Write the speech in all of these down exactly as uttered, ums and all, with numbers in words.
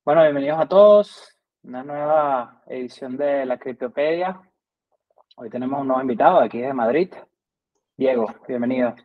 Bueno, bienvenidos a todos. Una nueva edición de la Criptopedia. Hoy tenemos un nuevo invitado de aquí de Madrid. Diego, bienvenido.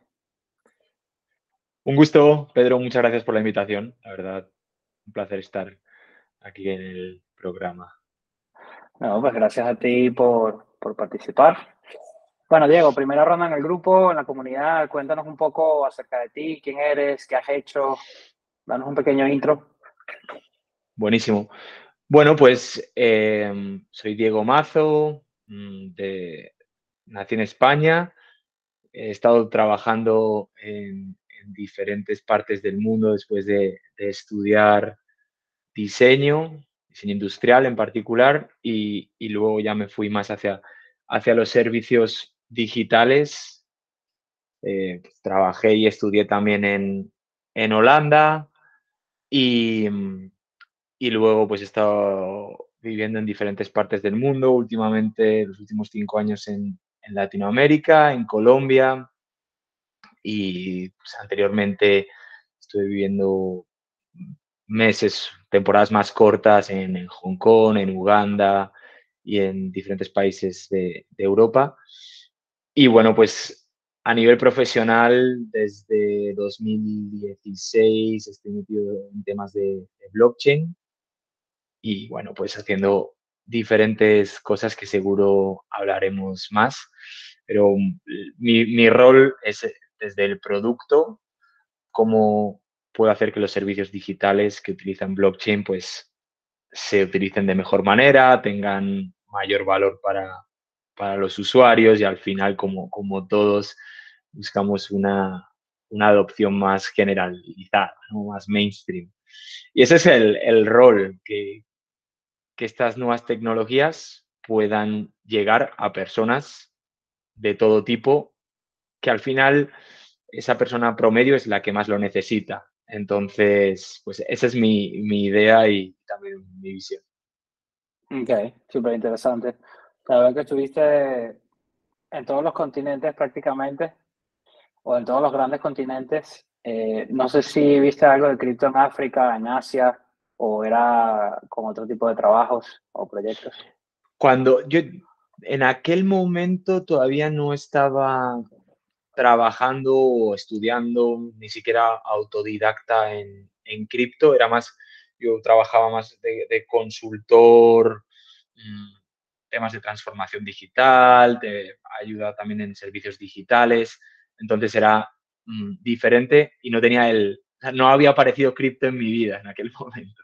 Un gusto, Pedro, muchas gracias por la invitación. La verdad, un placer estar aquí en el programa. No, pues gracias a ti por, por participar. Bueno, Diego, primera ronda en el grupo, en la comunidad. Cuéntanos un poco acerca de ti, quién eres, qué has hecho. Danos un pequeño intro. Buenísimo. Bueno, pues eh, soy Diego Mazo, mm, de, nací en España. He estado trabajando en, en diferentes partes del mundo después de, de estudiar diseño, diseño industrial en particular, y, y luego ya me fui más hacia, hacia los servicios digitales. Eh, pues, trabajé y estudié también en, en Holanda y, mm, y luego pues he estado viviendo en diferentes partes del mundo, últimamente los últimos cinco años en, en Latinoamérica, en Colombia y pues, anteriormente estuve viviendo meses, temporadas más cortas en, en Hong Kong, en Uganda y en diferentes países de, de Europa. Y bueno, pues a nivel profesional, desde dos mil dieciséis estoy metido en temas de, de blockchain y bueno, pues haciendo diferentes cosas que seguro hablaremos más. Pero mm, mi, mi rol es eh, desde el producto, cómo puedo hacer que los servicios digitales que utilizan blockchain pues se utilicen de mejor manera, tengan mayor valor para, para los usuarios y al final, como, como todos, buscamos una, una adopción más generalizada, ¿no? Más mainstream. Y ese es el, el rol, que, que estas nuevas tecnologías puedan llegar a personas de todo tipo, que al final esa persona promedio es la que más lo necesita. Entonces, pues esa es mi, mi idea y también mi visión. Ok, súper interesante. La verdad que estuviste en todos los continentes prácticamente, o en todos los grandes continentes. Eh, no sé si viste algo de cripto en África, en Asia, o era con otro tipo de trabajos o proyectos. Cuando yo en aquel momento todavía no estaba trabajando o estudiando, ni siquiera autodidacta en, en cripto, era más, yo trabajaba más de, de consultor, mmm, temas de transformación digital, de ayuda también en servicios digitales, entonces era mmm, diferente y no tenía el, o sea, no había aparecido cripto en mi vida en aquel momento.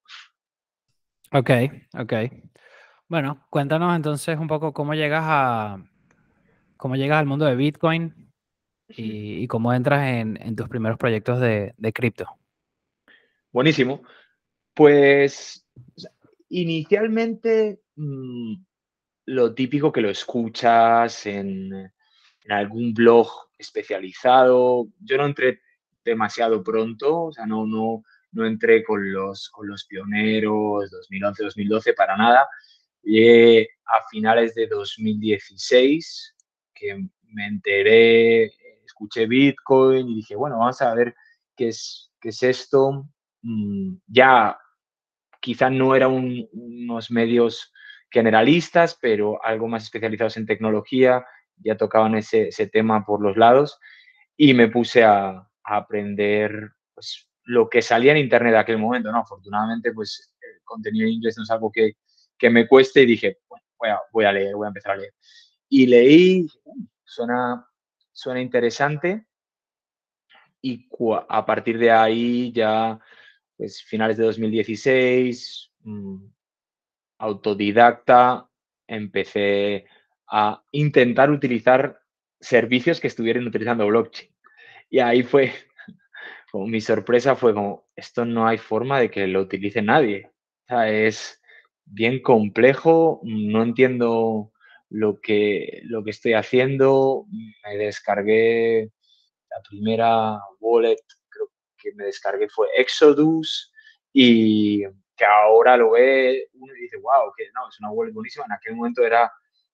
Ok, ok. Bueno, cuéntanos entonces un poco cómo llegas a cómo llegas al mundo de Bitcoin y, y cómo entras en, en tus primeros proyectos de, de cripto. Buenísimo. Pues o sea, inicialmente mmm, lo típico que lo escuchas en, en algún blog especializado. Yo no entré demasiado pronto, o sea, no, no, no entré con los, con los pioneros dos mil once, dos mil doce para nada. Llegué a finales de dos mil dieciséis, que me enteré, escuché Bitcoin y dije, bueno, vamos a ver qué es, qué es esto. Mm, ya quizá no eran un, unos medios generalistas, pero algo más especializados en tecnología, ya tocaban ese, ese tema por los lados y me puse a, a aprender pues, lo que salía en Internet de aquel momento, ¿no? Afortunadamente, pues el contenido en inglés no es algo que, que me cueste y dije, bueno, voy a, voy a leer, voy a empezar a leer. Y leí, suena, suena interesante y a partir de ahí ya, pues finales de dos mil dieciséis, mmm, autodidacta, empecé a intentar utilizar servicios que estuvieran utilizando blockchain. Y ahí fue, como mi sorpresa fue como, esto no hay forma de que lo utilice nadie. O sea, es bien complejo, no entiendo lo que, lo que estoy haciendo. Me descargué la primera wallet, creo que me descargué fue Exodus y que ahora lo ve uno y dice, wow, que no, es una wallet buenísima. En aquel momento era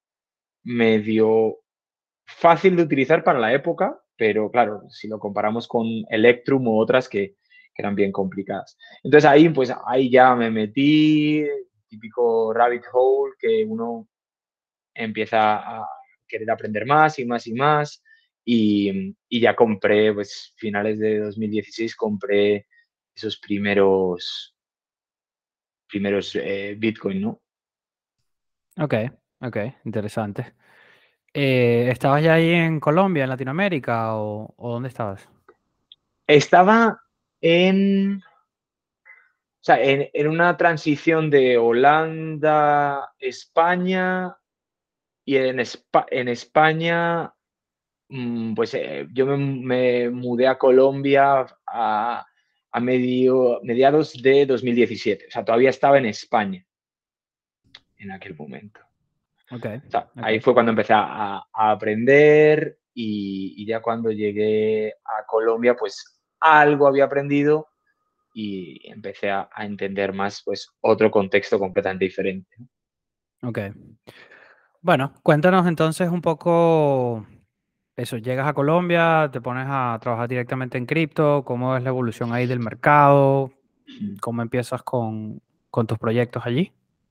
medio fácil de utilizar para la época, pero claro, si lo comparamos con Electrum u otras que, que eran bien complicadas. Entonces ahí, pues ahí ya me metí, típico rabbit hole que uno empieza a querer aprender más y más y más. Y, y ya compré, pues finales de dos mil dieciséis, compré esos primeros, primeros eh, Bitcoin, ¿no? Ok, ok, interesante. Eh, ¿estabas ya ahí en Colombia, en Latinoamérica, o, o dónde estabas? Estaba en, o sea, en, en una transición de Holanda, España, y en, Espa- en España, mm, pues eh, yo me, me mudé a Colombia a, a medio, mediados de dos mil diecisiete. O sea, todavía estaba en España en aquel momento. Ok, O sea, ok. ahí fue cuando empecé a, a aprender y, y ya cuando llegué a Colombia, pues algo había aprendido y empecé a, a entender más, pues, otro contexto completamente diferente, ¿no? Ok. Bueno, cuéntanos entonces un poco eso. Llegas a Colombia, te pones a trabajar directamente en cripto, ¿cómo es la evolución ahí del mercado? ¿Cómo empiezas con, con tus proyectos allí?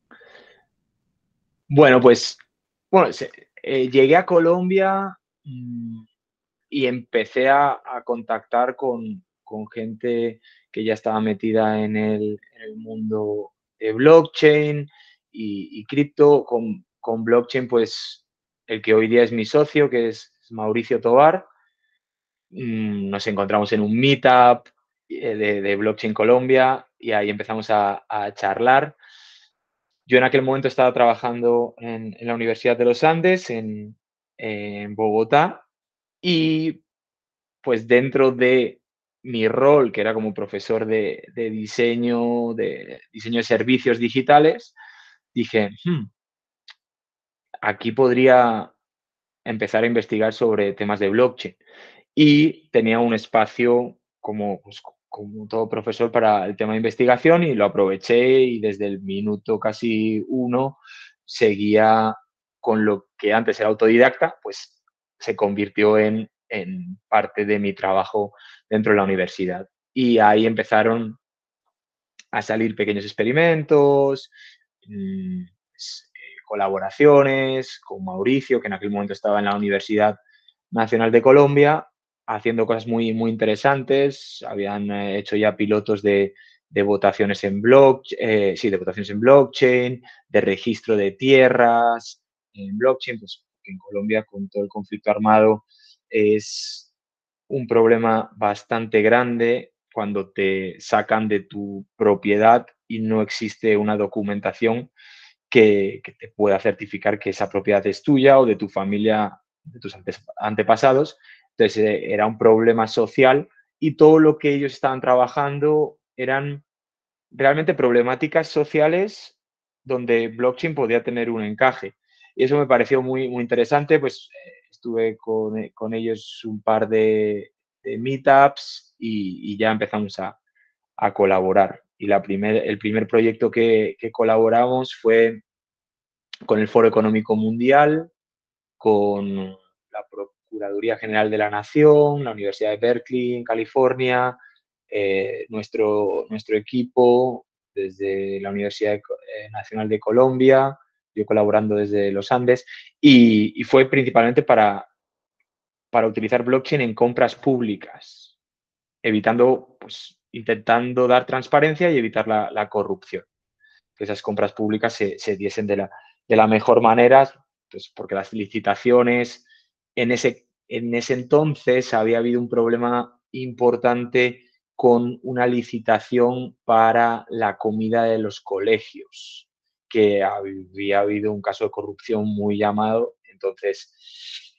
Bueno, pues, bueno, se- eh, llegué a Colombia mm, y empecé a, a contactar con, con gente que ya estaba metida en el, en el mundo de blockchain y, y cripto. Con, con blockchain, pues el que hoy día es mi socio, que es Mauricio Tobar. Mm, nos encontramos en un meetup eh, de, de Blockchain Colombia y ahí empezamos a, a charlar. Yo en aquel momento estaba trabajando en, en la Universidad de los Andes, en, en Bogotá, y pues dentro de mi rol, que era como profesor de, de diseño, de diseño de servicios digitales, dije, "Hmm, aquí podría empezar a investigar sobre temas de blockchain". Y tenía un espacio como, pues, como todo profesor para el tema de investigación y lo aproveché y desde el minuto casi uno seguía con lo que antes era autodidacta, pues se convirtió en, en parte de mi trabajo dentro de la universidad. Y ahí empezaron a salir pequeños experimentos, mmm, colaboraciones con Mauricio, que en aquel momento estaba en la Universidad Nacional de Colombia, haciendo cosas muy, muy interesantes. Habían eh, hecho ya pilotos de, de votaciones en blockchain, eh, sí, de votaciones en blockchain, de registro de tierras en blockchain, pues en Colombia con todo el conflicto armado es un problema bastante grande cuando te sacan de tu propiedad y no existe una documentación que, que te pueda certificar que esa propiedad es tuya o de tu familia, de tus antepasados. Entonces, eh, era un problema social y todo lo que ellos estaban trabajando eran realmente problemáticas sociales donde blockchain podía tener un encaje. Y eso me pareció muy, muy interesante, pues eh, estuve con, eh, con, ellos un par de, de meetups y, y, ya empezamos a, a colaborar. Y la primer, el primer proyecto que, que colaboramos fue con el Foro Económico Mundial, con la Procuraduría General de la Nación, la Universidad de Berkeley en California, eh, nuestro, nuestro equipo desde la Universidad Nacional de Colombia, yo colaborando desde los Andes, y, y fue principalmente para, para utilizar blockchain en compras públicas, evitando, pues, intentando dar transparencia y evitar la, la corrupción. Que esas compras públicas se, se diesen de la, de la mejor manera, pues porque las licitaciones, en ese, en ese entonces había habido un problema importante con una licitación para la comida de los colegios, que había habido un caso de corrupción muy llamado. Entonces,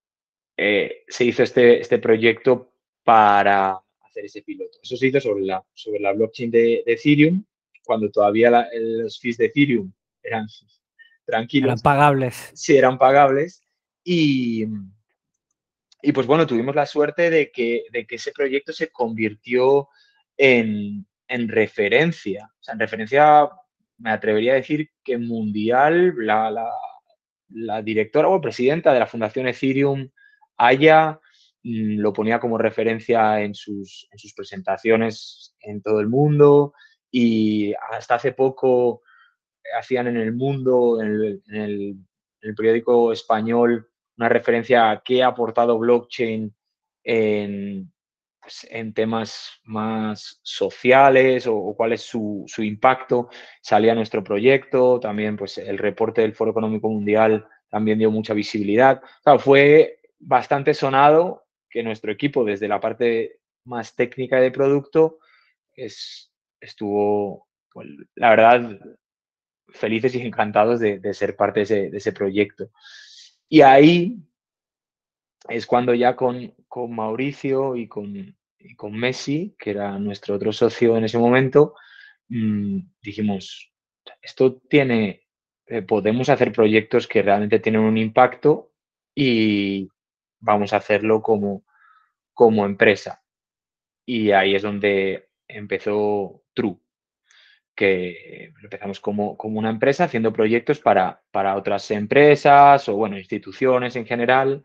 eh, se hizo este, este proyecto para hacer ese piloto. Eso se hizo sobre la, sobre la blockchain de, de Ethereum, cuando todavía la, los fees de Ethereum eran Eran tranquilos, pagables. sí eran pagables. Y, y pues bueno, tuvimos la suerte de que, de que ese proyecto se convirtió en, en referencia. O sea, en referencia, me atrevería a decir que mundial, la, la, la directora o presidenta de la Fundación Ethereum, Aya, mm, lo ponía como referencia en sus, en sus presentaciones en todo el mundo y hasta hace poco hacían en El Mundo, en el, en el, en el periódico español, una referencia a qué ha aportado blockchain en, pues, en temas más sociales o, o cuál es su, su, impacto. Salía nuestro proyecto, también pues, el reporte del Foro Económico Mundial también dio mucha visibilidad. Claro, fue bastante sonado que nuestro equipo, desde la parte más técnica de producto, es, estuvo, pues, la verdad, felices y encantados de, de ser parte de ese, de ese proyecto. Y ahí es cuando ya con, con Mauricio y con, y con Messi, que era nuestro otro socio en ese momento, mmm, dijimos, esto tiene, eh, podemos hacer proyectos que realmente tienen un impacto y vamos a hacerlo como, como empresa. Y ahí es donde empezó True, que empezamos como, como una empresa haciendo proyectos para, para otras empresas o, bueno, instituciones en general.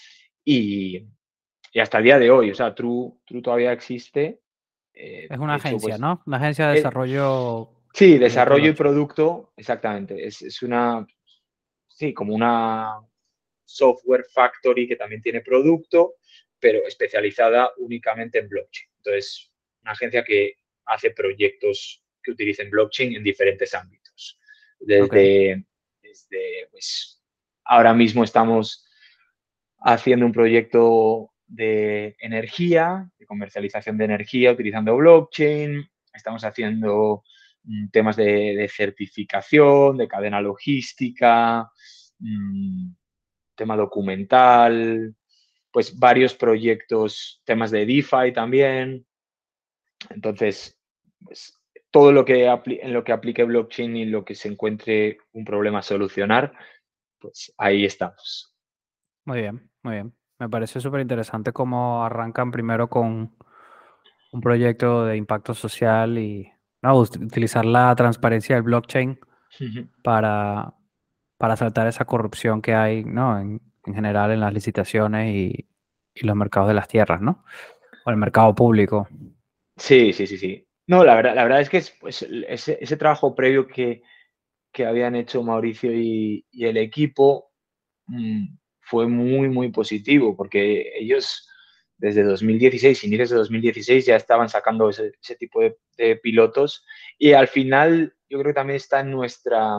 Y, y hasta el día de hoy, o sea, True, True todavía existe. Eh, Es una de hecho, agencia, pues, ¿no? Una agencia de eh, desarrollo sí, de desarrollo y blockchain. producto, exactamente. Es, es una, sí, como una software factory que también tiene producto, pero especializada únicamente en blockchain. Entonces, una agencia que hace proyectos que utilicen blockchain en diferentes ámbitos. Desde, okay. desde pues, ahora mismo estamos haciendo un proyecto de energía, de comercialización de energía utilizando blockchain. Estamos haciendo mm, temas de, de, certificación, de cadena logística, mmm, tema documental, pues varios proyectos, temas de DeFi también. Entonces, pues, todo lo que en lo que aplique blockchain y lo que se encuentre un problema a solucionar, pues ahí estamos. Muy bien, muy bien. Me parece súper interesante cómo arrancan primero con un proyecto de impacto social y no, utilizar la transparencia del blockchain Uh-huh. para, para saltar esa corrupción que hay, ¿no? En, en general en las licitaciones y, y los mercados de las tierras, ¿no? O el mercado público. Sí, sí, sí, sí. No, la verdad, la verdad es que es, pues, ese, ese trabajo previo que, que habían hecho Mauricio y, y el equipo mmm, fue muy, muy positivo, porque ellos desde dos mil dieciséis, inicios de dos mil dieciséis, ya estaban sacando ese, ese tipo de, de pilotos y al final yo creo que también está en nuestra,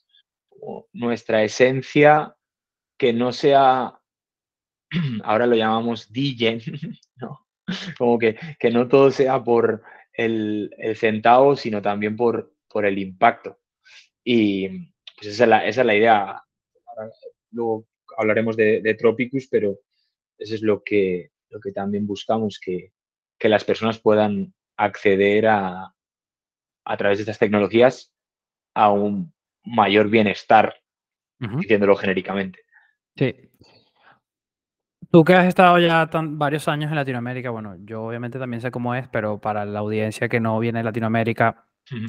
nuestra esencia que no sea, ahora lo llamamos degen, ¿no? Como que, que no todo sea por el, el centavo, sino también por, por el impacto. Y pues esa es la, esa es la idea. Ahora, luego hablaremos de, de Tropicus, pero eso es lo que, lo que también buscamos, que, que las personas puedan acceder a, a través de estas tecnologías a un mayor bienestar, uh-huh. diciéndolo genéricamente. Sí. Tú que has estado ya tan, varios años en Latinoamérica, bueno, yo obviamente también sé cómo es, pero para la audiencia que no viene de Latinoamérica, uh-huh.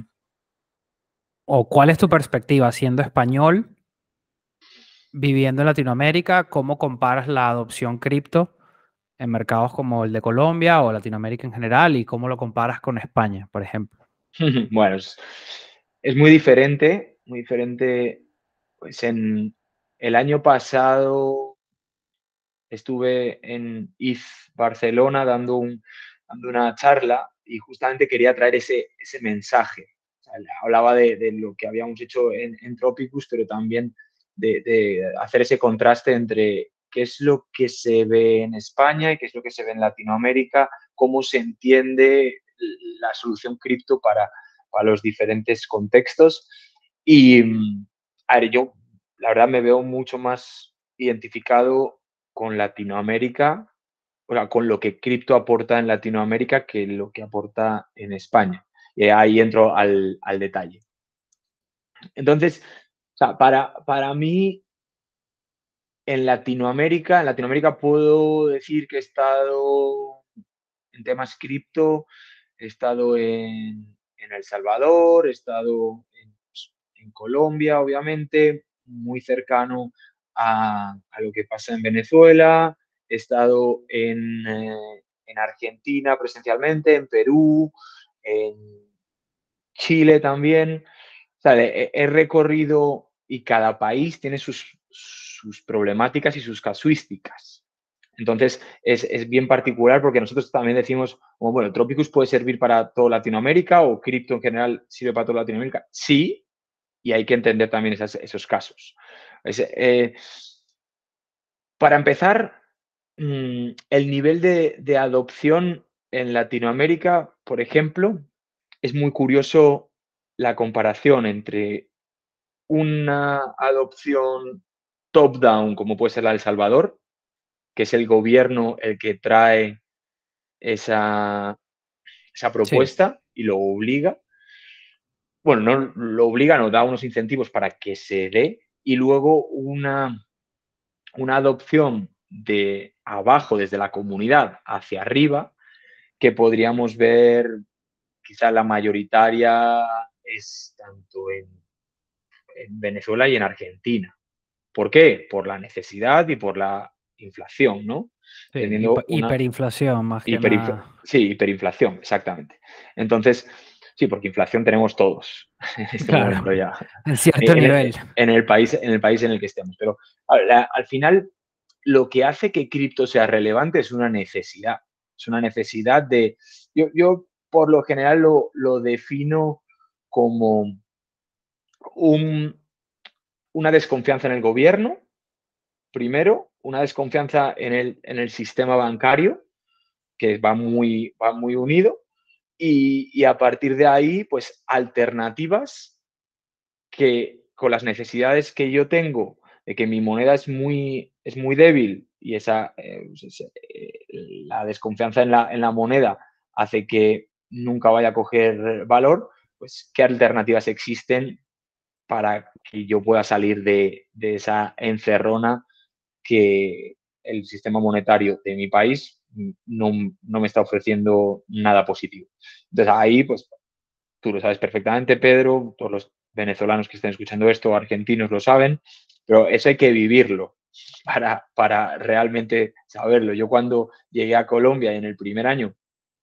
¿o cuál es tu perspectiva siendo español, viviendo en Latinoamérica? ¿Cómo comparas la adopción cripto en mercados como el de Colombia o Latinoamérica en general y cómo lo comparas con España, por ejemplo? Bueno, es, es muy diferente, muy diferente. Pues en el año pasado estuve en I F Barcelona dando, un, dando una charla y justamente quería traer ese, ese mensaje. O sea, hablaba de, de, lo que habíamos hecho en, en Tropicus, pero también de, de hacer ese contraste entre qué es lo que se ve en España y qué es lo que se ve en Latinoamérica, cómo se entiende la solución cripto para, para los diferentes contextos. Y, a ver, yo la verdad me veo mucho más identificado con Latinoamérica, o sea, con lo que cripto aporta en Latinoamérica que lo que aporta en España. Y ahí entro al, al detalle. Entonces, o sea, para, para mí, en Latinoamérica, en Latinoamérica puedo decir que he estado en temas cripto, he estado en, en El Salvador, he estado en, en Colombia, obviamente, muy cercano a, a, lo que pasa en Venezuela, he estado en, eh, en Argentina presencialmente, en Perú, en Chile también. O sea, he, he recorrido y cada país tiene sus, sus problemáticas y sus casuísticas. Entonces, es, es, bien particular porque nosotros también decimos, como, bueno, Tropicus puede servir para toda Latinoamérica o cripto en general sirve para toda Latinoamérica. Sí, y hay que entender también esas, esos casos. Es, eh, para empezar, mmm, el nivel de, de adopción en Latinoamérica, por ejemplo, es muy curioso la comparación entre una adopción top-down, como puede ser la de El Salvador, que es el gobierno el que trae esa, esa propuesta sí. y lo obliga. Bueno, no lo obliga, nos da unos incentivos para que se dé, y luego una, una adopción de abajo, desde la comunidad hacia arriba, que podríamos ver, quizá la mayoritaria es tanto en, en Venezuela y en Argentina. ¿Por qué? Por la necesidad y por la inflación, ¿no? Sí, hiper, una hiperinflación más que hiperinfl nada. Sí, hiperinflación, exactamente. Entonces, sí, porque inflación tenemos todos en este claro, momento ya. En cierto en, nivel. En el, país, en el país en el que estemos. Pero al, al final, lo que hace que cripto sea relevante es una necesidad. Es una necesidad de... Yo, yo por lo general, lo, lo defino como un, una desconfianza en el gobierno, primero, una desconfianza en el, en el sistema bancario, que va muy, va muy unido, y, y a partir de ahí, pues alternativas que con las necesidades que yo tengo, de que mi moneda es muy, es muy débil y esa, eh, pues, eh, la desconfianza en la, en la moneda hace que nunca vaya a coger valor, pues qué alternativas existen para que yo pueda salir de, de esa encerrona que el sistema monetario de mi país no, no me está ofreciendo nada positivo. Entonces ahí, pues, tú lo sabes perfectamente, Pedro, todos los venezolanos que estén escuchando esto, argentinos lo saben, pero eso hay que vivirlo para, para realmente saberlo. Yo cuando llegué a Colombia en el primer año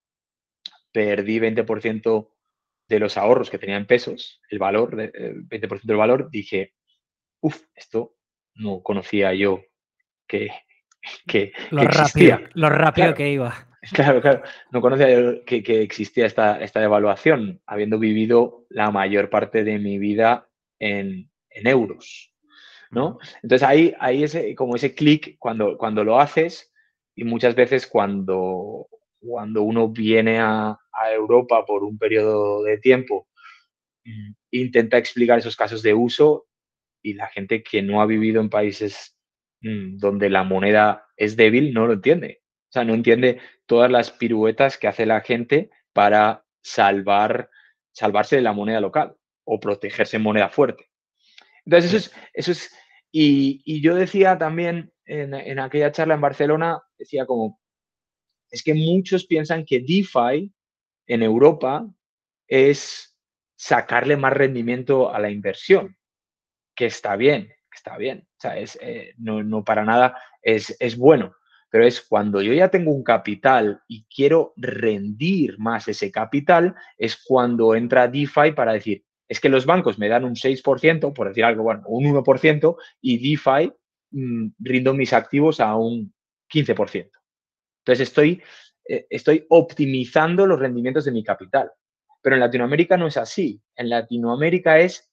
perdí veinte por ciento de los ahorros que tenía en pesos, el valor, el veinte por ciento del valor, dije, uff, esto no conocía yo que, que, lo que existía. Rápido, lo rápido claro, que iba. Claro, claro. No conocía yo que, que existía esta, esta devaluación, habiendo vivido la mayor parte de mi vida en, en euros, ¿no? Entonces ahí, ahí es como ese clic cuando, cuando lo haces, y muchas veces cuando, cuando uno viene a, a Europa por un periodo de tiempo, intenta explicar esos casos de uso, y la gente que no ha vivido en países mmm, donde la moneda es débil no lo entiende. O sea, no entiende todas las piruetas que hace la gente para salvar, salvarse de la moneda local o protegerse en moneda fuerte. Entonces, eso es... Eso es y, y yo decía también en, en aquella charla en Barcelona, decía como, es que muchos piensan que DeFi en Europa es sacarle más rendimiento a la inversión, que está bien, que está bien. O sea, es, eh, no, no para nada es, es bueno, pero es cuando yo ya tengo un capital y quiero rendir más ese capital, es cuando entra DeFi para decir, es que los bancos me dan un seis por ciento, por decir algo, bueno, un uno por ciento, y DeFi mmm, rindo mis activos a un quince por ciento. Entonces estoy, eh, estoy optimizando los rendimientos de mi capital. Pero en Latinoamérica no es así. En Latinoamérica es,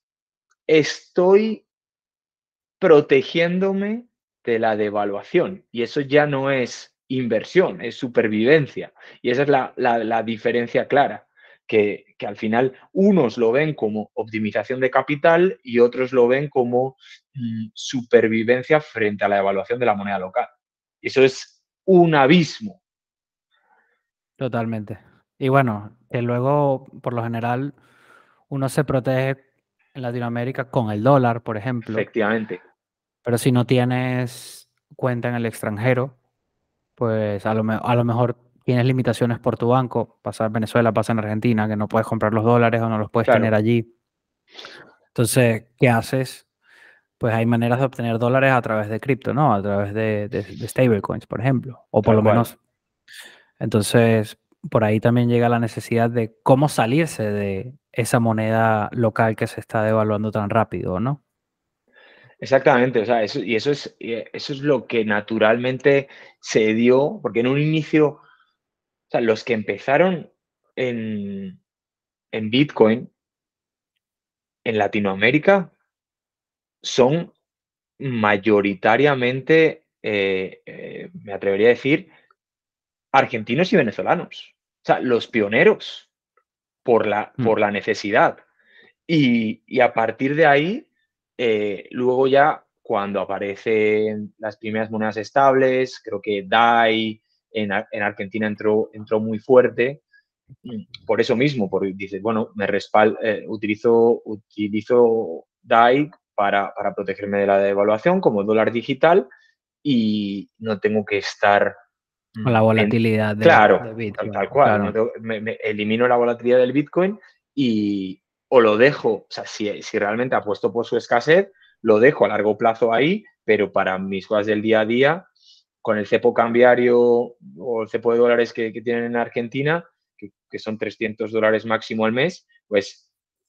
estoy protegiéndome de la devaluación, y eso ya no es inversión, es supervivencia, y esa es la, la, la diferencia clara, que, que al final unos lo ven como optimización de capital y otros lo ven como mmm, supervivencia frente a la devaluación de la moneda local. Y eso es un abismo. Totalmente. Y bueno, que luego, por lo general, uno se protege en Latinoamérica con el dólar, por ejemplo. Efectivamente. Pero si no tienes cuenta en el extranjero, pues a lo, me a lo mejor tienes limitaciones por tu banco. Pasa en Venezuela, pasa en Argentina, que no puedes comprar los dólares o no los puedes Claro. tener allí. Entonces, ¿qué haces? pues hay maneras de obtener dólares a través de cripto, ¿no? A través de, de, de stablecoins, por ejemplo. O por Tal lo cual. menos, entonces, por ahí también llega la necesidad de cómo salirse de esa moneda local que se está devaluando tan rápido, ¿no? Exactamente, o sea, eso, y eso es, y eso es lo que naturalmente se dio, porque en un inicio, o sea, los que empezaron en, en Bitcoin en Latinoamérica son mayoritariamente, eh, eh, me atrevería a decir, argentinos y venezolanos. O sea, los pioneros por la, Mm, por la necesidad. Y, y a partir de ahí, eh, luego ya cuando aparecen las primeras monedas estables, creo que D A I en, Ar- en Argentina entró, entró muy fuerte. mm, Por eso mismo, porque dices, bueno, me respal, eh, utilizo, utilizo D A I para, para protegerme de la devaluación como dólar digital y no tengo que estar con la mm, pen- volatilidad de, claro, de tal, Bitcoin, tal cual. No claro. tengo- me, me elimino la volatilidad del Bitcoin y o lo dejo, o sea, si, si realmente apuesto por su escasez, lo dejo a largo plazo ahí, pero para mis cosas del día a día, con el cepo cambiario o el cepo de dólares que, que tienen en Argentina, que, que son trescientos dólares máximo al mes, pues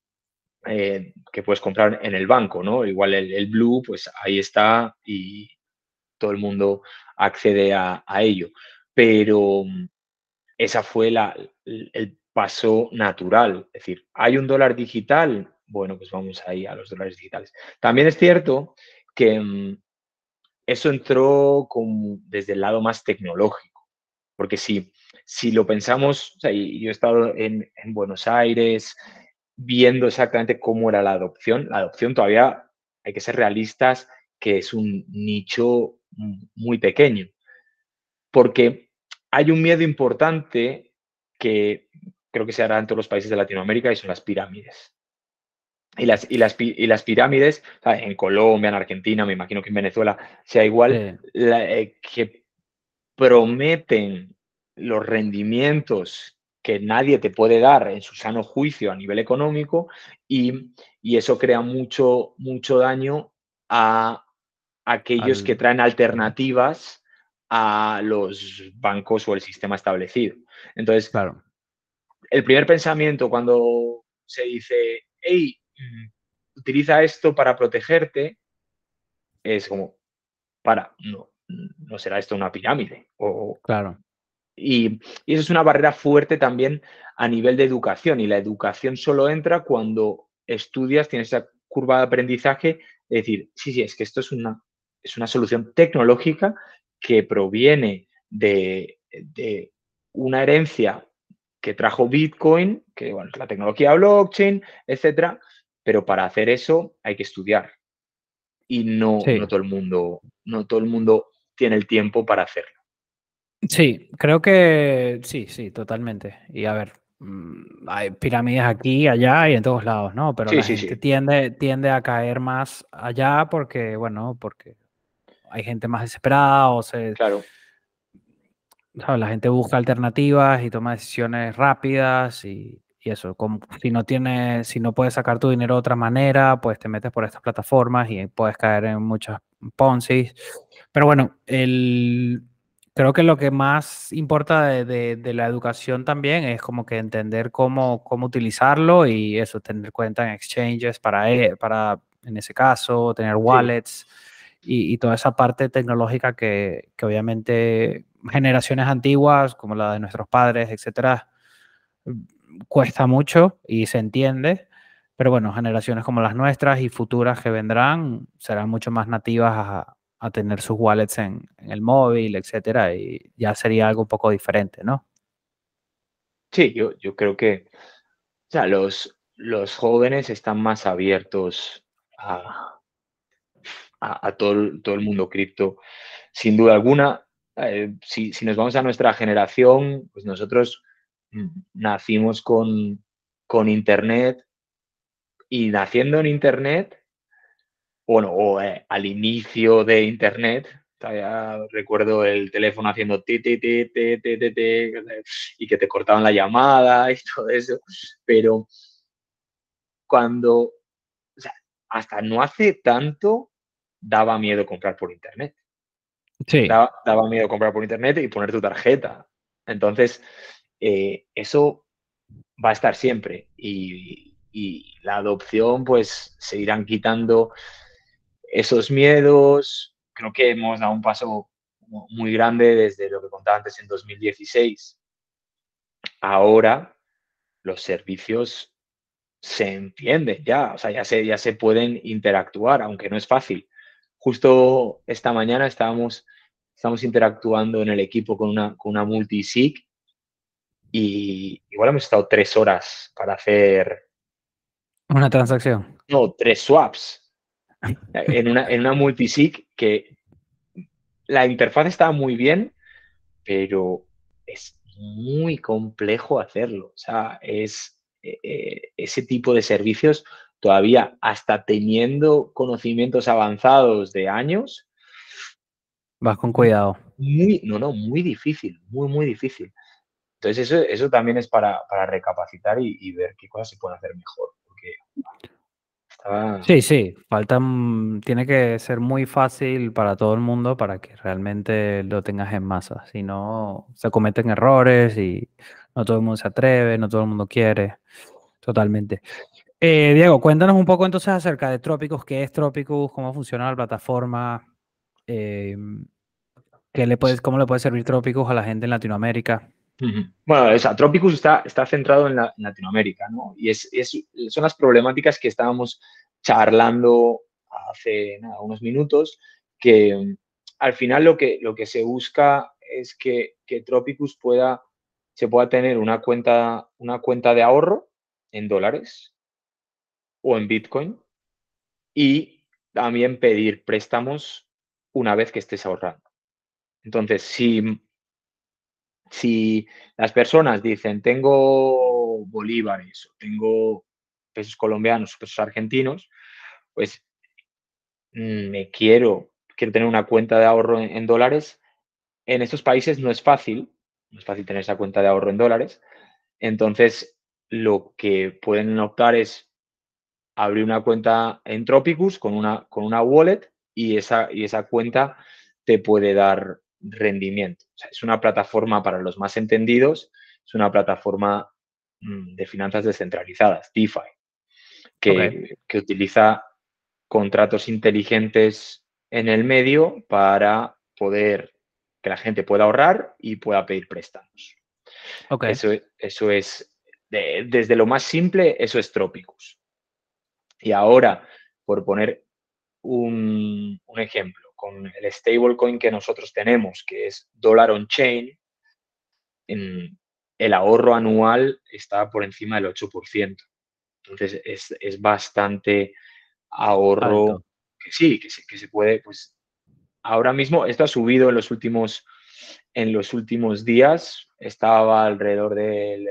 eh, que puedes comprar en el banco, ¿no? Igual el, el Blue, pues ahí está y todo el mundo accede a, a ello. Pero mm, esa fue la, el, el paso natural. Es decir, ¿hay un dólar digital? Bueno, pues vamos ahí a los dólares digitales. También es cierto que mm, eso entró con, desde el lado más tecnológico, porque si, si lo pensamos, o sea, y yo he estado en, en Buenos Aires viendo exactamente cómo era la adopción. La adopción todavía, hay que ser realistas, que es un nicho mm, muy pequeño, porque hay un miedo importante que creo que se hará en todos los países de Latinoamérica y son las pirámides. Y las, y las, pi- y las pirámides, ¿sabes? En Colombia, en Argentina, me imagino que en Venezuela sea igual, Sí, la- eh, que prometen los rendimientos que nadie te puede dar en su sano juicio a nivel económico y, y eso crea mucho, mucho daño a aquellos que al, traen alternativas a los bancos o el sistema establecido. Entonces, claro. el primer pensamiento cuando se dice, hey, mm, utiliza esto para protegerte, es como, para, no, no será esto una pirámide. O, Claro. y, y eso es una barrera fuerte también a nivel de educación. Y la educación solo entra cuando estudias, tienes esa curva de aprendizaje, es decir, sí, sí, es que esto es una, es una solución tecnológica que proviene de, de una herencia que trajo Bitcoin, que bueno, es la tecnología blockchain, etcétera, pero para hacer eso hay que estudiar y no, Sí, no todo el mundo, no todo el mundo tiene el tiempo para hacerlo. sí, creo que sí, sí, totalmente. Y a ver, mm, hay pirámides aquí, allá y en todos lados, ¿no? Pero Sí, la sí, gente sí, tiende, tiende a caer más allá porque, bueno, porque hay gente más desesperada o se, claro. ¿sabes? La gente busca alternativas y toma decisiones rápidas y, y eso, como si no tienes, si no puedes sacar tu dinero de otra manera, pues te metes por estas plataformas y puedes caer en muchas Ponzi. Pero bueno, el, creo que lo que más importa de, de- de la educación también es como que entender cómo, cómo utilizarlo y eso, tener cuenta en exchanges para, e- para en ese caso, tener Sí, wallets y, y toda esa parte tecnológica que, que obviamente generaciones antiguas, como la de nuestros padres, etcétera, cuesta mucho y se entiende, pero bueno, generaciones como las nuestras y futuras que vendrán serán mucho más nativas a, a tener sus wallets en, en el móvil, etcétera, y ya sería algo un poco diferente, ¿no? sí, yo, yo creo que, o sea, los, los jóvenes están más abiertos a, a, a todo, el, todo el mundo cripto, sin duda alguna. Eh, si, si nos vamos a nuestra generación, pues nosotros mm, nacimos con, con Internet y naciendo en Internet, bueno, o eh, al inicio de Internet, todavía recuerdo el teléfono haciendo ti, ti, ti, ti, ti, ti, ti, y que te cortaban la llamada y todo eso, pero cuando, o sea, hasta no hace tanto, daba miedo comprar por internet. Sí. Daba, daba miedo comprar por internet y poner tu tarjeta. Entonces, eh, eso va a estar siempre. Y, y la adopción, pues, se irán quitando esos miedos. Creo que hemos dado un paso muy grande desde lo que contaba antes en dos mil dieciséis. Ahora los servicios se entienden ya, o sea, ya se, ya se pueden interactuar, aunque no es fácil. Justo esta mañana estábamos, estábamos interactuando en el equipo con una, con una multisig y igual hemos estado tres horas para hacer... Una transacción. No, tres swaps. En una, en una multisig que la interfaz estaba muy bien, pero es muy complejo hacerlo. O sea, es eh, ese tipo de servicios todavía, hasta teniendo conocimientos avanzados de años. Vas con cuidado. Muy, no, no, muy difícil, muy, muy difícil. Entonces, eso, eso también es para, para recapacitar y, y ver qué cosas se pueden hacer mejor. Porque estaba... Sí, sí, falta, mm, tiene que ser muy fácil para todo el mundo para que realmente lo tengas en masa. Si no, se cometen errores y no todo el mundo se atreve, no todo el mundo quiere. Totalmente. Eh, Diego, cuéntanos un poco entonces acerca de Tropicus, qué es Tropicus, cómo funciona la plataforma, eh, qué le puedes, cómo le puede servir Tropicus a la gente en Latinoamérica. Bueno, o sea, Tropicus está, está centrado en, la, en Latinoamérica, ¿no? Y es, es, son las problemáticas que estábamos charlando hace nada, unos minutos, que um, al final lo que, lo que se busca es que, que Tropicus pueda, se pueda tener una cuenta, una cuenta de ahorro en dólares o en Bitcoin y también pedir préstamos una vez que estés ahorrando. Entonces, si Si las personas dicen, tengo bolívares o tengo pesos colombianos o pesos argentinos, pues me quiero, quiero tener una cuenta de ahorro en, en dólares. En estos países no es fácil, no es fácil tener esa cuenta de ahorro en dólares. Entonces, lo que pueden optar es abrir una cuenta en Tropicus con una, con una wallet y esa, y esa cuenta te puede dar rendimiento. O sea, es una plataforma para los más entendidos, es una plataforma mm, de finanzas descentralizadas, DeFi, que, Okay. que utiliza contratos inteligentes en el medio para poder que la gente pueda ahorrar y pueda pedir préstamos. Okay. Eso, eso es, de, desde lo más simple, eso es Tropicus. Y ahora, por poner un, un ejemplo, con el stablecoin que nosotros tenemos, que es Dollar on Chain, en, el ahorro anual está por encima del ocho por ciento. Entonces, es, es bastante ahorro Alto. que sí, que se, que se puede, pues ahora mismo esto ha subido en los últimos, en los últimos días, estaba alrededor del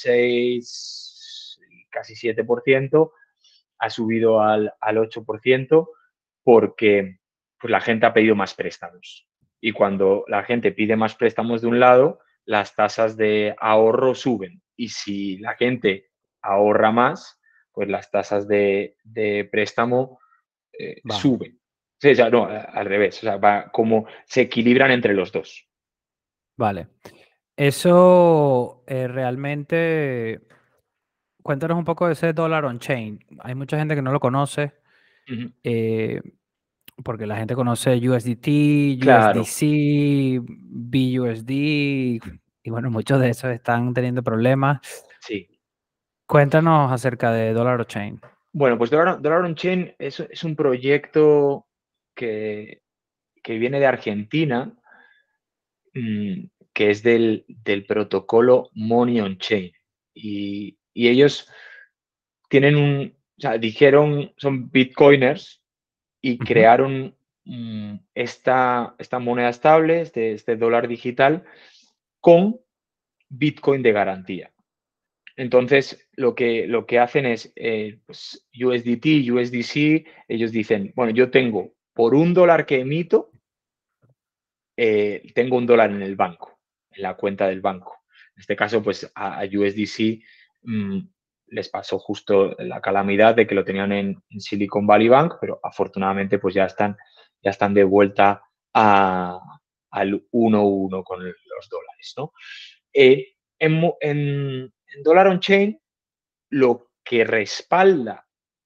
seis, casi siete por ciento, ha subido al, al ocho por ciento porque pues, la gente ha pedido más préstamos. Y cuando la gente pide más préstamos de un lado, las tasas de ahorro suben. Y si la gente ahorra más, pues las tasas de, de préstamo eh, suben. Sí, o sea, no, al revés. O sea, va como se equilibran entre los dos. Vale. Eso eh, realmente, cuéntanos un poco de ese Dollar on Chain. Hay mucha gente que no lo conoce, Uh-huh. eh, porque la gente conoce U S D T, Claro. U S D C, B U S D, y bueno, muchos de esos están teniendo problemas. Sí. Cuéntanos acerca de Dollar on Chain. Bueno, pues Dollar, Dollar on Chain es, es un proyecto que, que viene de Argentina, mmm, que es del, del protocolo Money on Chain. Y, y ellos tienen un, o sea, dijeron, son bitcoiners y Ujú. crearon mmm, esta, esta moneda estable, este, este dólar digital, con Bitcoin de garantía. Entonces, lo que, lo que hacen es eh, pues, U S D T, U S D C, ellos dicen, bueno, yo tengo por un dólar que emito, eh, tengo un dólar en el banco, en la cuenta del banco. En este caso, pues a, a U S D C mmm, les pasó justo la calamidad de que lo tenían en, en Silicon Valley Bank, pero afortunadamente pues ya están ya están de vuelta a, al uno uno con los dólares, ¿no? Eh, en, en, en Dollar on Chain, lo que respalda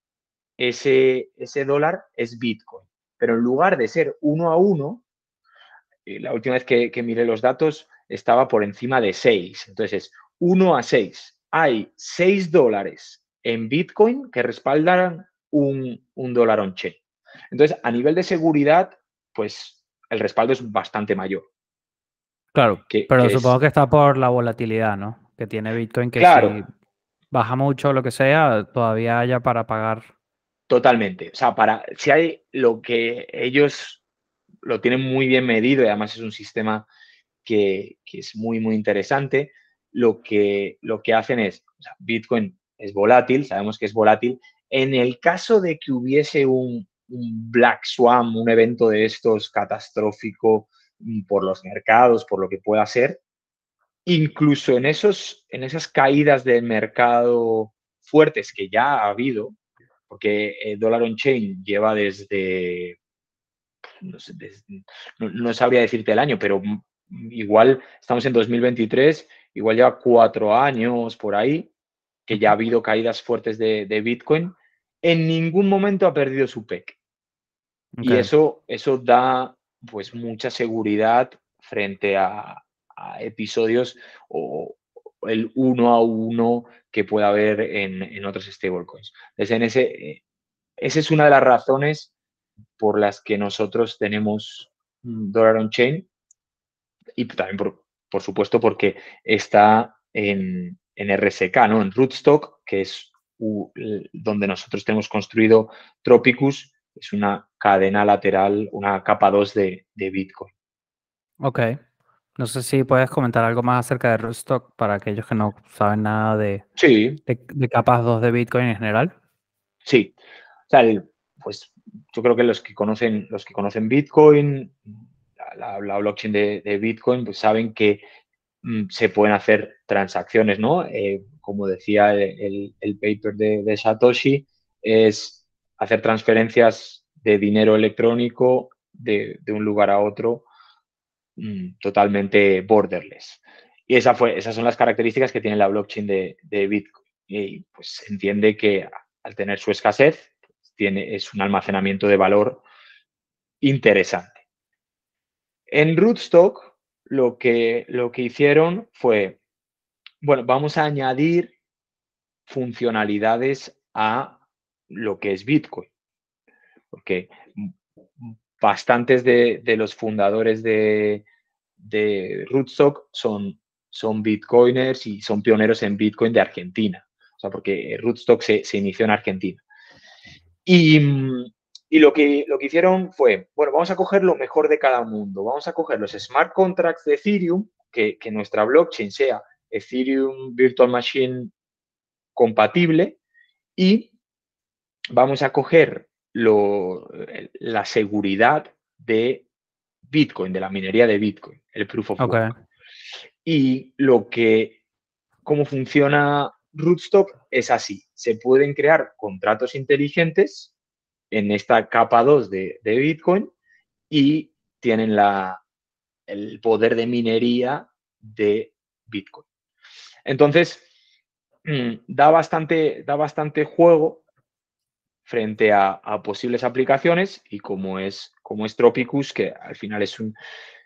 ese, ese dólar es Bitcoin. Pero en lugar de ser uno a uno, eh, la última vez que, que miré los datos estaba por encima de seis. Entonces es uno a seis. Hay seis dólares en Bitcoin que respaldan un, un dólar on-chain. Entonces, a nivel de seguridad, pues el respaldo es bastante mayor. Claro, Que, pero que supongo es, que está por la volatilidad, ¿no? Que tiene Bitcoin, que claro, si baja mucho o lo que sea, todavía haya para pagar. totalmente. O sea, para, si hay lo que ellos lo tienen muy bien medido y además es un sistema que, que es muy, muy interesante, lo que, lo que hacen es, o sea, Bitcoin es volátil, sabemos que es volátil. En el caso de que hubiese un, un Black Swan, un evento de estos catastrófico por los mercados, por lo que pueda ser, incluso en, esos, en esas caídas del mercado fuertes que ya ha habido, porque el Dollar on Chain lleva desde, no, sé, desde, no, no sabría decirte el año, pero igual estamos en dos mil veintitrés, igual lleva cuatro años por ahí, que ya ha habido caídas fuertes de, de Bitcoin, en ningún momento ha perdido su P E C. Y Okay. eso, eso da pues mucha seguridad frente a, a episodios o el uno a uno que pueda haber en, en otros stablecoins. Entonces, en ese, eh, esa es una de las razones por las que nosotros tenemos Dollar on Chain y también, por, por supuesto, porque está en, en R S K, ¿no? En Rootstock, que es uh, donde nosotros tenemos construido Tropicus, es una cadena lateral, una capa dos de, de Bitcoin. Ok. No sé si puedes comentar algo más acerca de Rootstock para aquellos que no saben nada de, Sí, de, de capas dos de Bitcoin en general. sí. O sea, el, pues yo creo que los que conocen, los que conocen Bitcoin, la, la blockchain de, de Bitcoin, pues saben que mm, se pueden hacer transacciones, ¿no? Eh, como decía el, el paper de, de Satoshi, es hacer transferencias de dinero electrónico de, de un lugar a otro mm, totalmente borderless. Y esa fue, esas son las características que tiene la blockchain de, de Bitcoin. Y pues se entiende que al tener su escasez, pues, tiene, es un almacenamiento de valor interesante. En Rootstock lo que, lo que hicieron fue, bueno, vamos a añadir funcionalidades a lo que es Bitcoin, porque bastantes de, de los fundadores de, de Rootstock son, son bitcoiners y son pioneros en Bitcoin de Argentina, o sea, porque Rootstock se, se inició en Argentina. Y, y lo, que, lo que hicieron fue, bueno, vamos a coger lo mejor de cada mundo, vamos a coger los smart contracts de Ethereum, que, que nuestra blockchain sea Ethereum Virtual Machine compatible, y vamos a coger lo, la seguridad de Bitcoin, de la minería de Bitcoin, el Proof of Okay. Work. Y lo que, cómo funciona Rootstock es así. Se pueden crear contratos inteligentes en esta capa dos de, de Bitcoin y tienen la, el poder de minería de Bitcoin. Entonces, mmm, da, bastante, da bastante juego frente a, a, posibles aplicaciones y como es, como es Tropicus, que al final es un,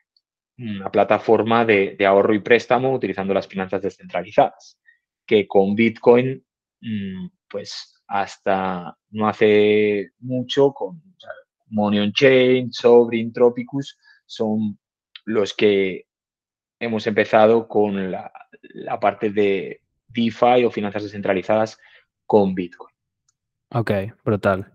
una plataforma de, de, ahorro y préstamo utilizando las finanzas descentralizadas, que con Bitcoin, mmm, pues hasta no hace mucho, con o sea, Money on Chain, Sovereign, Tropicus, son los que hemos empezado con la, la parte de DeFi o finanzas descentralizadas con Bitcoin. Ok, brutal.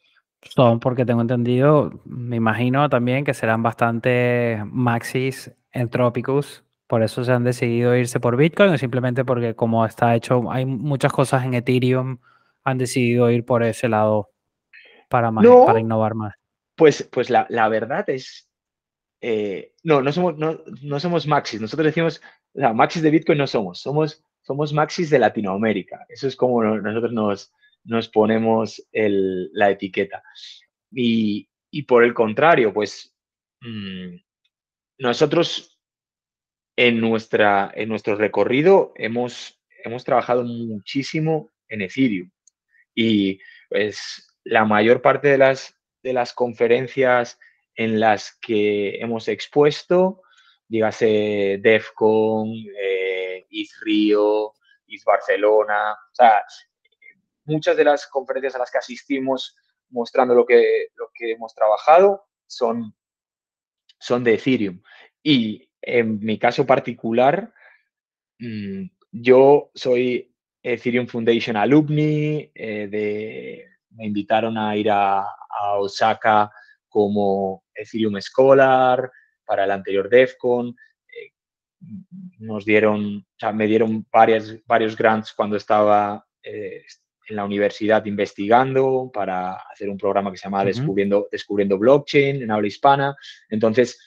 Son porque tengo entendido, me imagino también que serán bastante maxis en Tropicus, por eso se han decidido irse por Bitcoin o simplemente porque como está hecho, hay muchas cosas en Ethereum, han decidido ir por ese lado para, más, para No, innovar más. pues, pues la, la verdad es, eh, no, no somos, no, no somos maxis, nosotros decimos, o sea, maxis de Bitcoin no somos, somos, somos maxis de Latinoamérica, eso es como nosotros nos, nos ponemos el, la etiqueta. Y, y por el contrario, pues mmm, nosotros en, nuestra, en nuestro recorrido hemos, hemos trabajado muchísimo en Ethereum y pues la mayor parte de las, de las conferencias en las que hemos expuesto, dígase DEFCON, eh, ETHRIO, ETH Barcelona, o sea, muchas de las conferencias a las que asistimos mostrando lo que, lo que hemos trabajado son, son de Ethereum. Y en mi caso particular, mmm, yo soy Ethereum Foundation Alumni, eh, de, me invitaron a ir a, a Osaka como Ethereum Scholar para el anterior DEFCON. Eh, nos dieron, o sea, me dieron varias, varios grants cuando estaba eh, en la universidad investigando para hacer un programa que se llama uh-huh. Descubriendo, Descubriendo Blockchain en habla hispana. Entonces,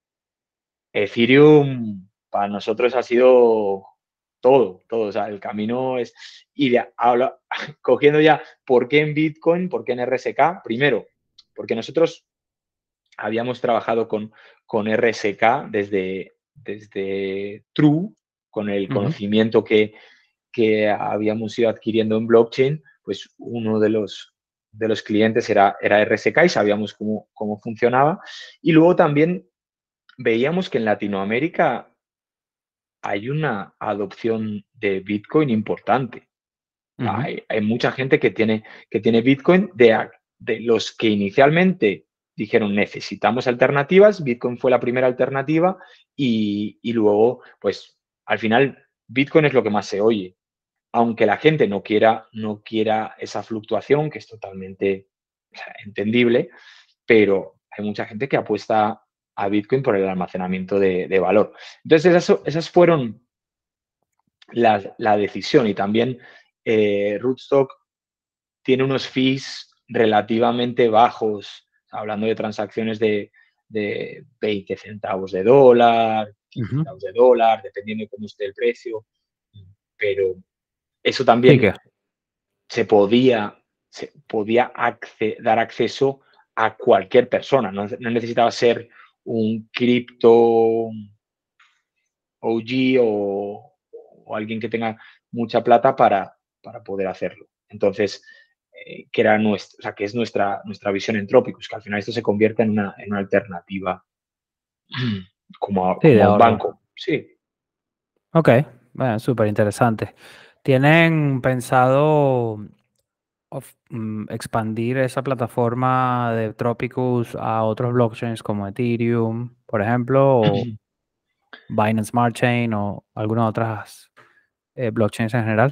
Ethereum para nosotros ha sido todo, todo, o sea, el camino es... Y de, habla, cogiendo ya, ¿por qué en Bitcoin? ¿Por qué en R S K? Primero, porque nosotros habíamos trabajado con, con R S K desde, desde True, con el uh-huh. conocimiento que, que habíamos ido adquiriendo en blockchain, pues uno de los, de los clientes era, era R S K y sabíamos cómo, cómo funcionaba. Y luego también veíamos que en Latinoamérica hay una adopción de Bitcoin importante. Uh-huh. Hay, hay mucha gente que tiene, que tiene Bitcoin, de, de los que inicialmente dijeron necesitamos alternativas, Bitcoin fue la primera alternativa y, y luego, pues, al final, Bitcoin es lo que más se oye. Aunque la gente no quiera, no quiera esa fluctuación, que es totalmente o sea, entendible, pero hay mucha gente que apuesta a Bitcoin por el almacenamiento de, de valor. Entonces, esas, esas fueron la, la decisión y también eh, Rootstock tiene unos fees relativamente bajos, hablando de transacciones de, de veinte centavos de dólar, quince uh-huh. centavos de dólar, dependiendo de cómo esté el precio, pero eso también sí, se podía, se podía acce- dar acceso a cualquier persona, no, no necesitaba ser un cripto O G o, o alguien que tenga mucha plata para, para poder hacerlo. Entonces, eh, que era nuestra, o sea, que es nuestra, nuestra visión en Tropicus, que al final esto se convierte en una, en una alternativa como, a, sí, como un banco. Sí. Ok, bueno, súper interesante. ¿Tienen pensado of, um, expandir esa plataforma de Tropicus a otros blockchains como Ethereum, por ejemplo, o Binance Smart Chain o algunas otras eh, blockchains en general?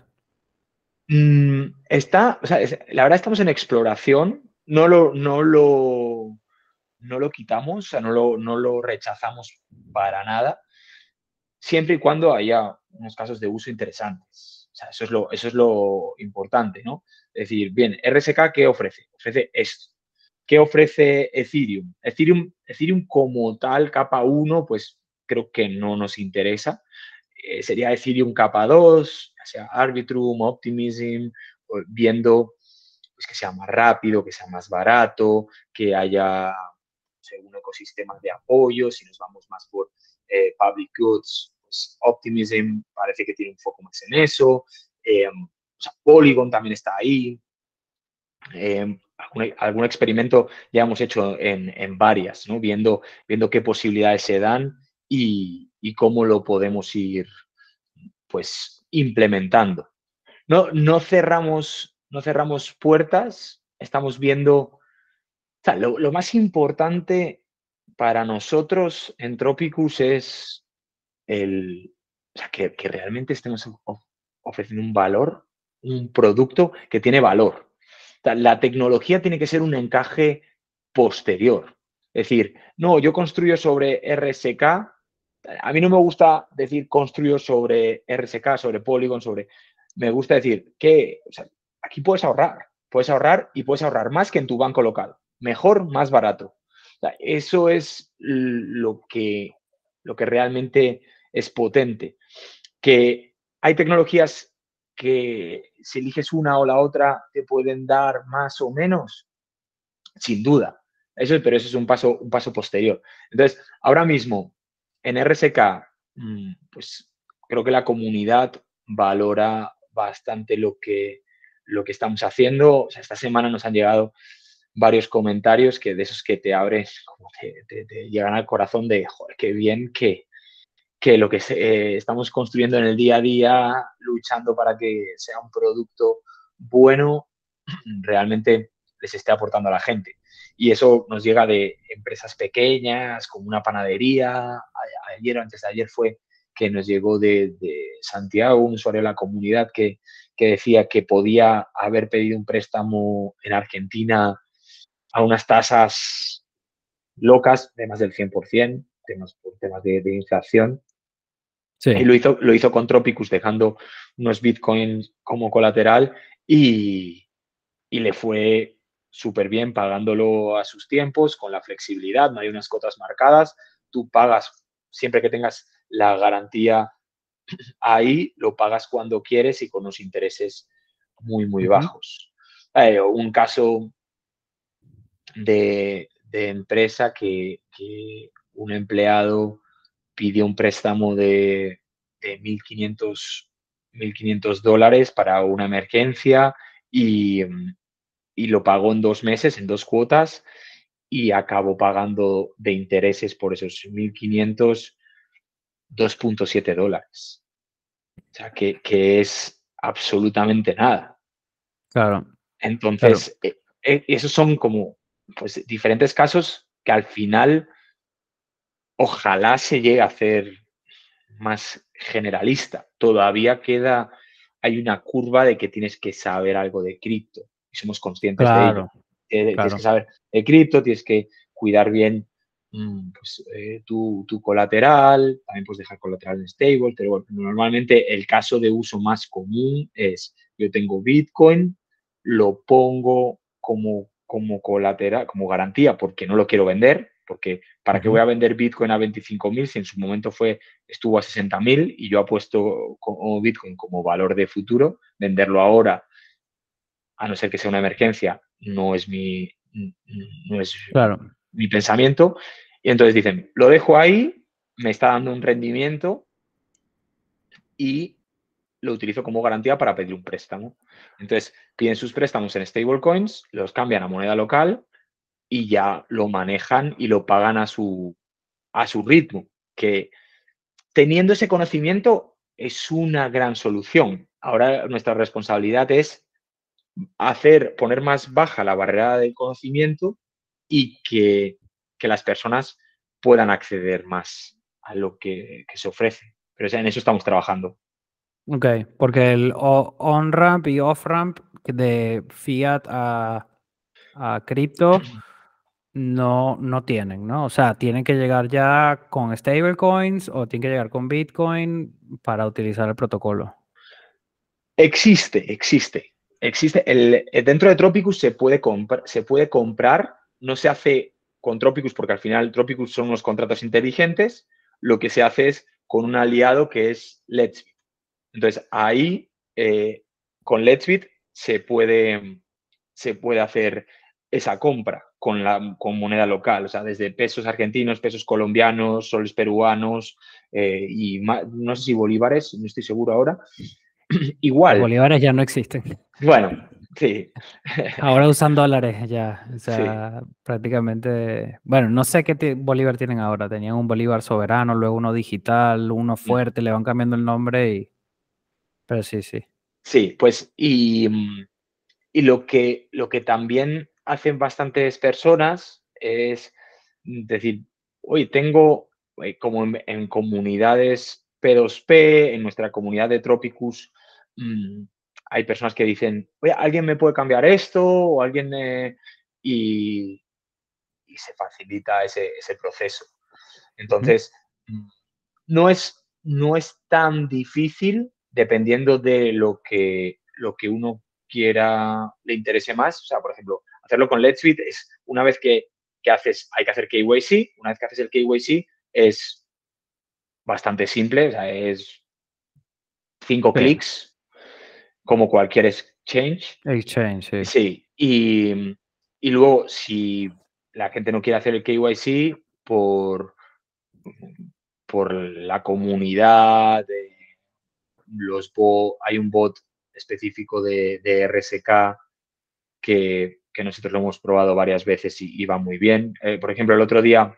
Mm, está, o sea, es, la verdad estamos en exploración, no lo, no lo, no lo quitamos, o sea, no lo, no lo rechazamos para nada, siempre y cuando haya unos casos de uso interesantes. O sea, eso es lo, eso es lo importante, ¿no? Es decir, bien, R S K, ¿qué ofrece? Ofrece esto. ¿Qué ofrece Ethereum? Ethereum, Ethereum como tal, capa uno, pues creo que no nos interesa. Eh, sería Ethereum capa dos, ya sea Arbitrum, Optimism, viendo pues, que sea más rápido, que sea más barato, que haya según ecosistemas de apoyo, si nos vamos más por eh, public goods, pues Optimism parece que tiene un foco más en eso, eh, o sea, Polygon también está ahí, eh, algún, algún experimento ya hemos hecho en, en varias, ¿no? Viendo, viendo qué posibilidades se dan y, y cómo lo podemos ir pues implementando. No, no, cerramos, no cerramos puertas, estamos viendo, o sea, lo, lo más importante para nosotros en Tropicus es el, o sea, que, que realmente estemos ofreciendo un valor, un producto que tiene valor. O sea, la tecnología tiene que ser un encaje posterior. Es decir, no, yo construyo sobre R S K. A mí no me gusta decir construyo sobre R S K, sobre Polygon, sobre... Me gusta decir que o sea, aquí puedes ahorrar. Puedes ahorrar y puedes ahorrar más que en tu banco local. Mejor, más barato. O sea, eso es lo que, lo que realmente es potente. Que hay tecnologías que si eliges una o la otra te pueden dar más o menos, sin duda. Eso, pero eso es un paso, un paso posterior. Entonces, ahora mismo, en R S K, pues creo que la comunidad valora bastante lo que, lo que estamos haciendo. O sea, esta semana nos han llegado varios comentarios que de esos que te abren, como te, te, te llegan al corazón de, joder, qué bien que, que lo que se, eh, estamos construyendo en el día a día, luchando para que sea un producto bueno, realmente les esté aportando a la gente. Y eso nos llega de empresas pequeñas, como una panadería. Ayer o antes de ayer fue que nos llegó de, de Santiago, un usuario de la comunidad que, que decía que podía haber pedido un préstamo en Argentina a unas tasas locas de más del cien por ciento, temas, temas de, de inflación. Sí. Y lo hizo, lo hizo con Tropicus, dejando unos bitcoins como colateral y, y le fue súper bien pagándolo a sus tiempos, con la flexibilidad, no hay unas cotas marcadas, tú pagas siempre que tengas la garantía ahí, lo pagas cuando quieres y con unos intereses muy, muy uh-huh. bajos. Eh, un caso de, de empresa que, que un empleado pidió un préstamo de, de mil quinientos dólares para una emergencia y, y lo pagó en dos meses, en dos cuotas, y acabó pagando de intereses por esos mil quinientos, dos punto siete dólares. O sea, que, que es absolutamente nada. Claro. Entonces, claro. Eh, eh, esos son como pues, diferentes casos que al final ojalá se llegue a hacer más generalista. Todavía queda, hay una curva de que tienes que saber algo de cripto y somos conscientes claro, de ello. Tienes claro. que saber de cripto, tienes que cuidar bien mmm, pues, eh, tu, tu colateral, también puedes dejar colateral en stable, pero bueno, normalmente el caso de uso más común es yo tengo Bitcoin, lo pongo como, como colateral, como garantía porque no lo quiero vender, porque ¿para uh-huh. qué voy a vender Bitcoin a veinticinco mil si en su momento fue estuvo a sesenta mil y yo apuesto como Bitcoin como valor de futuro? Venderlo ahora, a no ser que sea una emergencia, no es mi, no es claro. mi pensamiento. Y entonces dicen, lo dejo ahí, me está dando un rendimiento y lo utilizo como garantía para pedir un préstamo. Entonces, piden sus préstamos en stablecoins, los cambian a moneda local y ya lo manejan y lo pagan a su, a su ritmo, que teniendo ese conocimiento es una gran solución. Ahora nuestra responsabilidad es hacer, poner más baja la barrera del conocimiento y que, que las personas puedan acceder más a lo que, que se ofrece. Pero en eso estamos trabajando. Ok, porque el on-ramp y off-ramp de fiat a, a cripto no, no tienen, ¿no? O sea, tienen que llegar ya con stablecoins o tienen que llegar con Bitcoin para utilizar el protocolo. Existe, existe. Existe. El, dentro de Tropicus se puede, se puede comprar, no se hace con Tropicus porque al final Tropicus son unos contratos inteligentes, lo que se hace es con un aliado que es Letsbit. Entonces, ahí, eh, con Letsbit se puede, se puede hacer esa compra con, la, con moneda local, o sea, desde pesos argentinos, pesos colombianos, soles peruanos eh, y más, no sé si bolívares, no estoy seguro ahora. Igual. Los bolívares ya no existen. Bueno, sí. Ahora usan dólares ya, o sea, sí. prácticamente, bueno, no sé qué bolívar tienen ahora, tenían un bolívar soberano, luego uno digital, uno fuerte, le van cambiando el nombre y, pero sí, sí. Sí, pues, y, y lo, que, lo que también hacen bastantes personas es decir, oye, tengo, como en, en comunidades P dos P, en nuestra comunidad de Tropicus, mmm, hay personas que dicen, oye, ¿alguien me puede cambiar esto? O alguien, eh, y, y se facilita ese, ese proceso. Entonces, uh-huh. no, es, no es tan difícil dependiendo de lo que, lo que uno quiera, le interese más. O sea, por ejemplo, hacerlo con Letsbit es una vez que, que haces, hay que hacer K Y C, una vez que haces el K Y C es bastante simple, o sea, es cinco sí. clics, como cualquier exchange. Exchange, sí. Sí, y, y luego si la gente no quiere hacer el K Y C por, por la comunidad, de los bo- hay un bot específico de, de R S K que, que nosotros lo hemos probado varias veces y, y va muy bien. Eh, por ejemplo, el otro día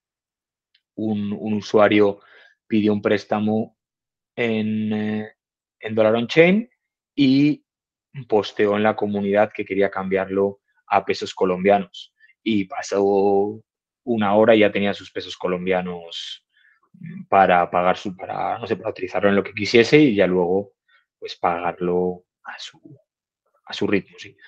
un, un usuario pidió un préstamo en, eh, en Dollar on Chain y posteó en la comunidad que quería cambiarlo a pesos colombianos. Y pasó una hora y ya tenía sus pesos colombianos para pagar su, para, no sé, para utilizarlo en lo que quisiese y ya luego, pues, pagarlo a su, a su ritmo, sí.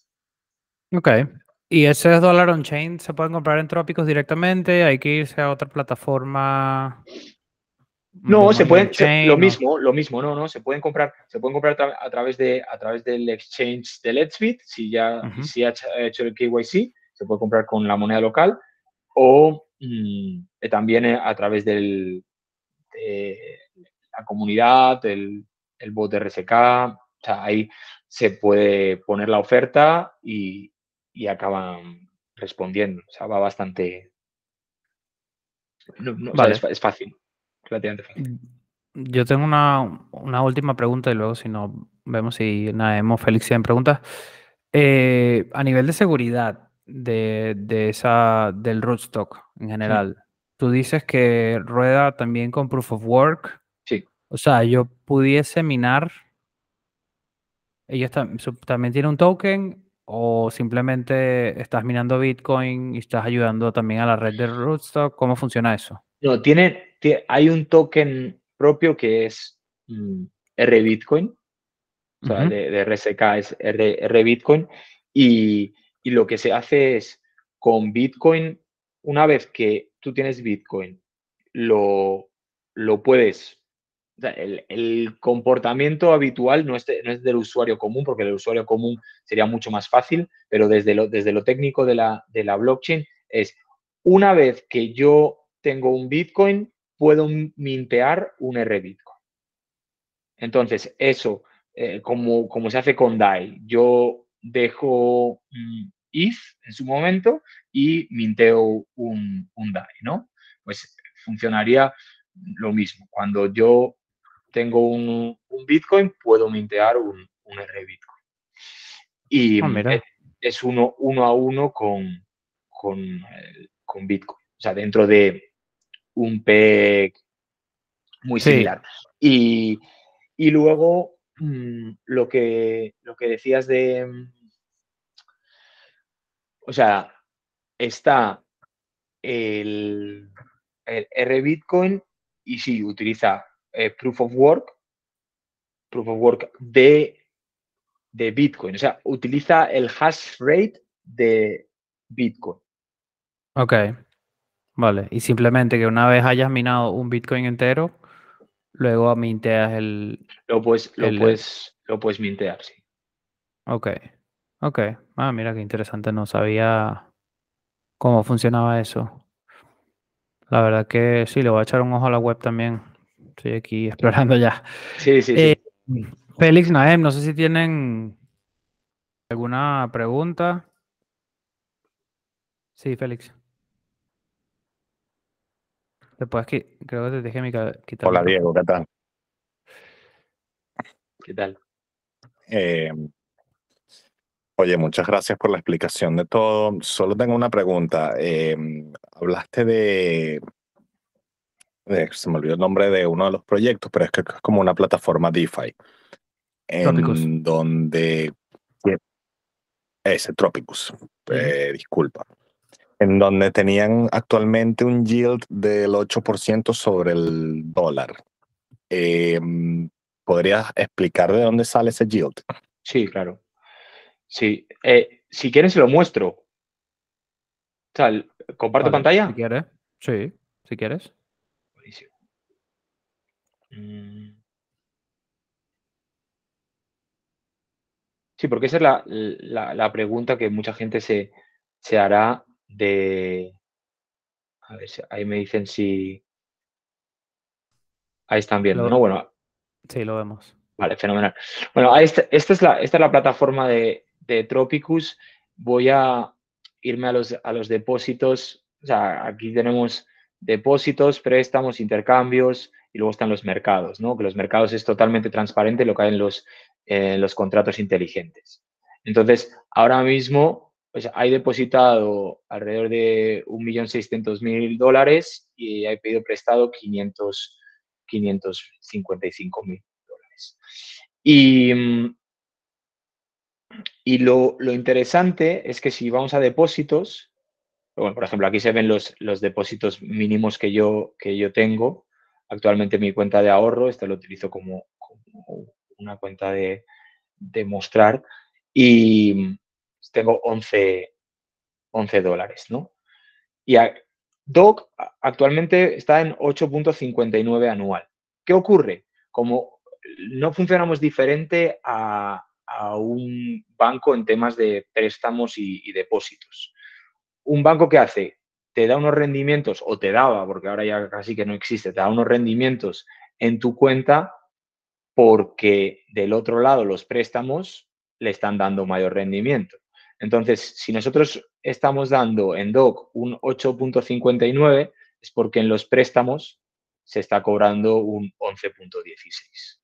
Ok. ¿Y ese dólar on-chain se pueden comprar en Trópicos directamente? ¿Hay que irse a otra plataforma de No, se Money pueden, se- lo on-chain? O... mismo, lo mismo, no, no, se pueden comprar, se pueden comprar tra- a través de, a través del exchange de Let's Bit, si ya, Ujú. si ha hecho ha hecho el K Y C, se puede comprar con la moneda local, o mm, eh, también eh, a través del, de la comunidad, el, el bot de R S K, o sea, ahí se puede poner la oferta y, y acaban respondiendo, o sea, va bastante, no, no, o sea, es, Vale. fa- es fácil, relativamente fácil. Yo tengo una, una última pregunta y luego si no, vemos si Naemo o Félix tienen preguntas. Eh, a nivel de seguridad de, de esa, del rootstock en Mm, general, tú dices que rueda también con Proof of Work. sí. O sea, yo pudiese minar, ellos tam- su- también tienen un token o simplemente estás minando Bitcoin y estás ayudando también a la red de rootstock. ¿Cómo funciona eso? No, tiene, tie- hay un token propio que es mm, R Bitcoin, o sea, Ujú. de, de R S K es R, R Bitcoin, y, y lo que se hace es con Bitcoin, una vez que tú tienes Bitcoin, lo, lo puedes, o sea, el, el comportamiento habitual no es, de- no es del usuario común, porque el usuario común sería mucho más fácil, pero desde lo, desde lo técnico de la, de la blockchain es, una vez que yo tengo un Bitcoin, puedo mintear un R Bitcoin. Entonces, eso, eh, como, como se hace con D A I, yo dejo mm, E T H en su momento y minteo un, un D A I, ¿no? Pues funcionaría lo mismo. Cuando yo tengo un, un Bitcoin, puedo mintear un, un R Bitcoin. Y Ah, mm, es, mira. es uno, uno a uno con, con, el- con Bitcoin. O sea, dentro de un P E G muy Sí, similar. Y, y luego mmm, lo, que, lo que decías de, mm, o sea, está el, el R Bitcoin y sí, utiliza eh, Proof of Work, Proof of Work de, de Bitcoin, o sea, utiliza el hash rate de Bitcoin. ok, vale. Y simplemente que una vez hayas minado un Bitcoin entero, luego minteas el, Lo puedes, lo el... puedes, lo puedes mintear, sí. Ok, ok. Ah, mira qué interesante, no sabía cómo funcionaba eso. La verdad que sí, le voy a echar un ojo a la web también. Estoy aquí explorando ya. Sí, sí, Eh, sí. Félix, Naem, no sé si tienen alguna pregunta. Sí, Félix. Después que creo que te dejé mi ca- quitar el Hola micrófono. Diego, ¿qué tal? ¿Qué tal? Eh, oye, muchas gracias por la explicación de todo. Solo tengo una pregunta. Eh, hablaste de, de- se me olvidó el nombre de uno de los proyectos, pero es que es como una plataforma DeFi, Trópicos. en donde, ese Tropicus, Ujú. eh, disculpa, en donde tenían actualmente un yield del ocho por ciento sobre el dólar. Eh, ¿podrías explicar de dónde sale ese yield? Sí, claro. Sí. Eh, si quieres, se lo muestro. O sea, ¿comparto Vale, si pantalla? quieres. Sí, si quieres. Buenísimo. Mm. Sí, porque esa es la, la- la pregunta que mucha gente se, se hará de... A ver, si- ahí me dicen si... Ahí están viendo, Lo, ¿no? Bueno, sí, lo vemos. vale, fenomenal. Bueno, ahí está- esta, es la, esta es la plataforma de, de Tropicus. Voy a, irme a los, a los depósitos. O sea, aquí tenemos depósitos, préstamos, intercambios y luego están los mercados, ¿no? Que los mercados es totalmente transparente lo que hay en los, en los contratos inteligentes. Entonces, ahora mismo pues, hay depositado alrededor de un millón seiscientos mil dólares y he pedido prestado quinientos, quinientos cincuenta y cinco mil dólares. Y, y lo, lo interesante es que si vamos a depósitos, bueno, por ejemplo, aquí se ven los, los depósitos mínimos que yo, que yo tengo. Actualmente mi cuenta de ahorro, esta lo utilizo como, como una cuenta de, de mostrar y tengo once, once dólares, ¿no? Y a, D O C actualmente está en ocho punto cincuenta y nueve anual. ¿Qué ocurre? Como no funcionamos diferente a, a un banco en temas de préstamos y, y depósitos. Un banco que hace, te da unos rendimientos, o te daba, porque ahora ya casi que no existe, te da unos rendimientos en tu cuenta porque del otro lado los préstamos le están dando mayor rendimiento. Entonces, si nosotros estamos dando en D O C un ocho punto cincuenta y nueve, es porque en los préstamos se está cobrando un once punto dieciséis.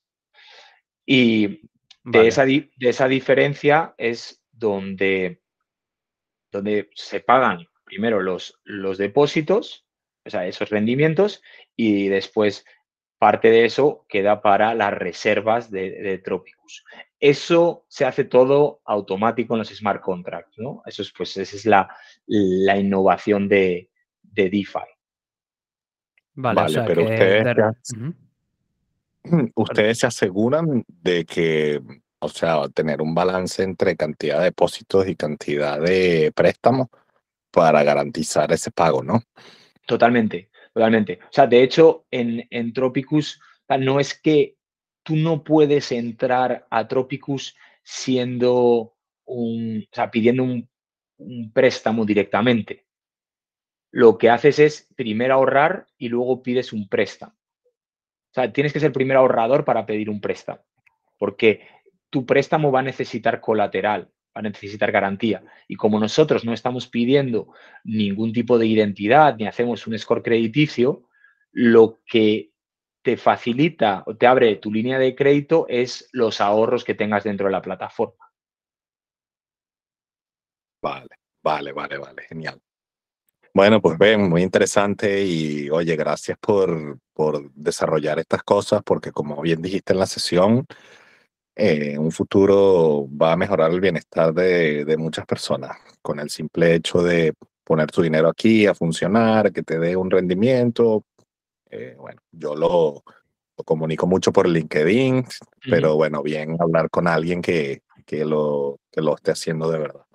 Y de, Vale. esa, de esa diferencia es donde donde se pagan primero los, los depósitos, o sea, esos rendimientos, y después parte de eso queda para las reservas de, de Tropicus. Eso se hace todo automático en los smart contracts, ¿no? Eso es, pues, esa es la, la innovación de, de DeFi. Vale, o Vale, sea pero que... ustedes, de- ya- Ujú. ustedes se aseguran de que, o sea, tener un balance entre cantidad de depósitos y cantidad de préstamos para garantizar ese pago, ¿no? Totalmente, totalmente. O sea, de hecho, en, en Tropicus, o sea, no es que tú no puedes entrar a Tropicus siendo un, o sea, pidiendo un, un préstamo directamente. Lo que haces es primero ahorrar y luego pides un préstamo. O sea, tienes que ser primero ahorrador para pedir un préstamo, porque tu préstamo va a necesitar colateral, va a necesitar garantía. Y como nosotros no estamos pidiendo ningún tipo de identidad ni hacemos un score crediticio, lo que te facilita o te abre tu línea de crédito es los ahorros que tengas dentro de la plataforma. Vale, vale, vale, vale, genial. Bueno, pues ven, muy interesante y oye, gracias por, por desarrollar estas cosas porque como bien dijiste en la sesión, eh, en un futuro va a mejorar el bienestar de, de muchas personas con el simple hecho de poner tu dinero aquí a funcionar, que te dé un rendimiento. Eh, bueno, yo lo, lo comunico mucho por LinkedIn, pero Ujú. bueno, bien hablar con alguien que, que, lo, que lo esté haciendo de verdad.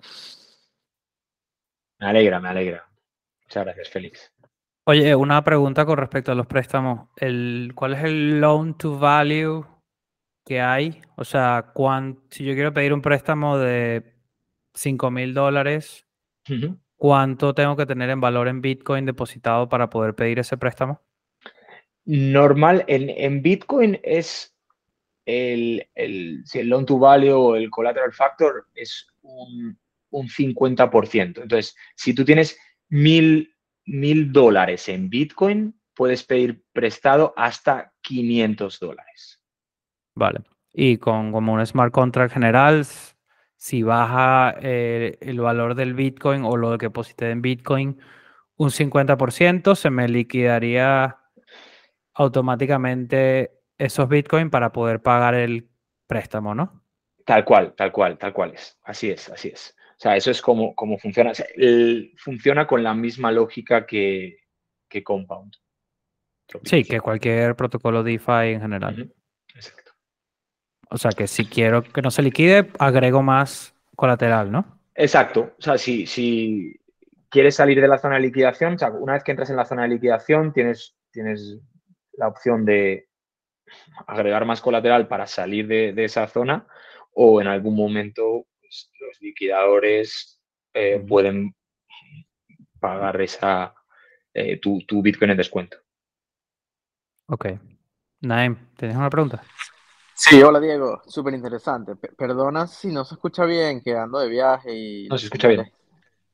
Me alegra, me alegra. Muchas gracias, Félix. Oye, una pregunta con respecto a los préstamos. El, ¿cuál es el loan to value que hay? O sea, cuán- si yo quiero pedir un préstamo de cinco mil dólares, Ujú. ¿cuánto tengo que tener en valor en Bitcoin depositado para poder pedir ese préstamo? Normal, en, en Bitcoin es el, el, si el loan to value o el collateral factor es un, un cincuenta por ciento. Entonces, si tú tienes mil, mil dólares en Bitcoin, puedes pedir prestado hasta quinientos dólares. Vale. Y con como un smart contract general, s- si baja eh, el valor del Bitcoin o lo que deposité en Bitcoin un cincuenta por ciento, se me liquidaría automáticamente esos Bitcoin para poder pagar el préstamo, ¿no? Tal cual, tal cual, tal cual es. Así es, así es. O sea, eso es como, como funciona. O sea, el- funciona con la misma lógica que, que Compound. Sí, Tropicus. que cualquier protocolo DeFi en general. Ujú. Exacto. O sea, que si quiero que no se liquide, agrego más colateral, ¿no? Exacto. O sea, si, si quieres salir de la zona de liquidación, o sea, una vez que entras en la zona de liquidación, tienes, tienes la opción de agregar más colateral para salir de, de esa zona o en algún momento pues, los liquidadores eh, Ujú. pueden pagar esa, eh, tu, tu Bitcoin en descuento. Ok. Naim, ¿tienes una pregunta? Sí, hola Diego, súper interesante. Pe- Perdona si no se escucha bien, que ando de viaje y No la se escucha señal bien. es...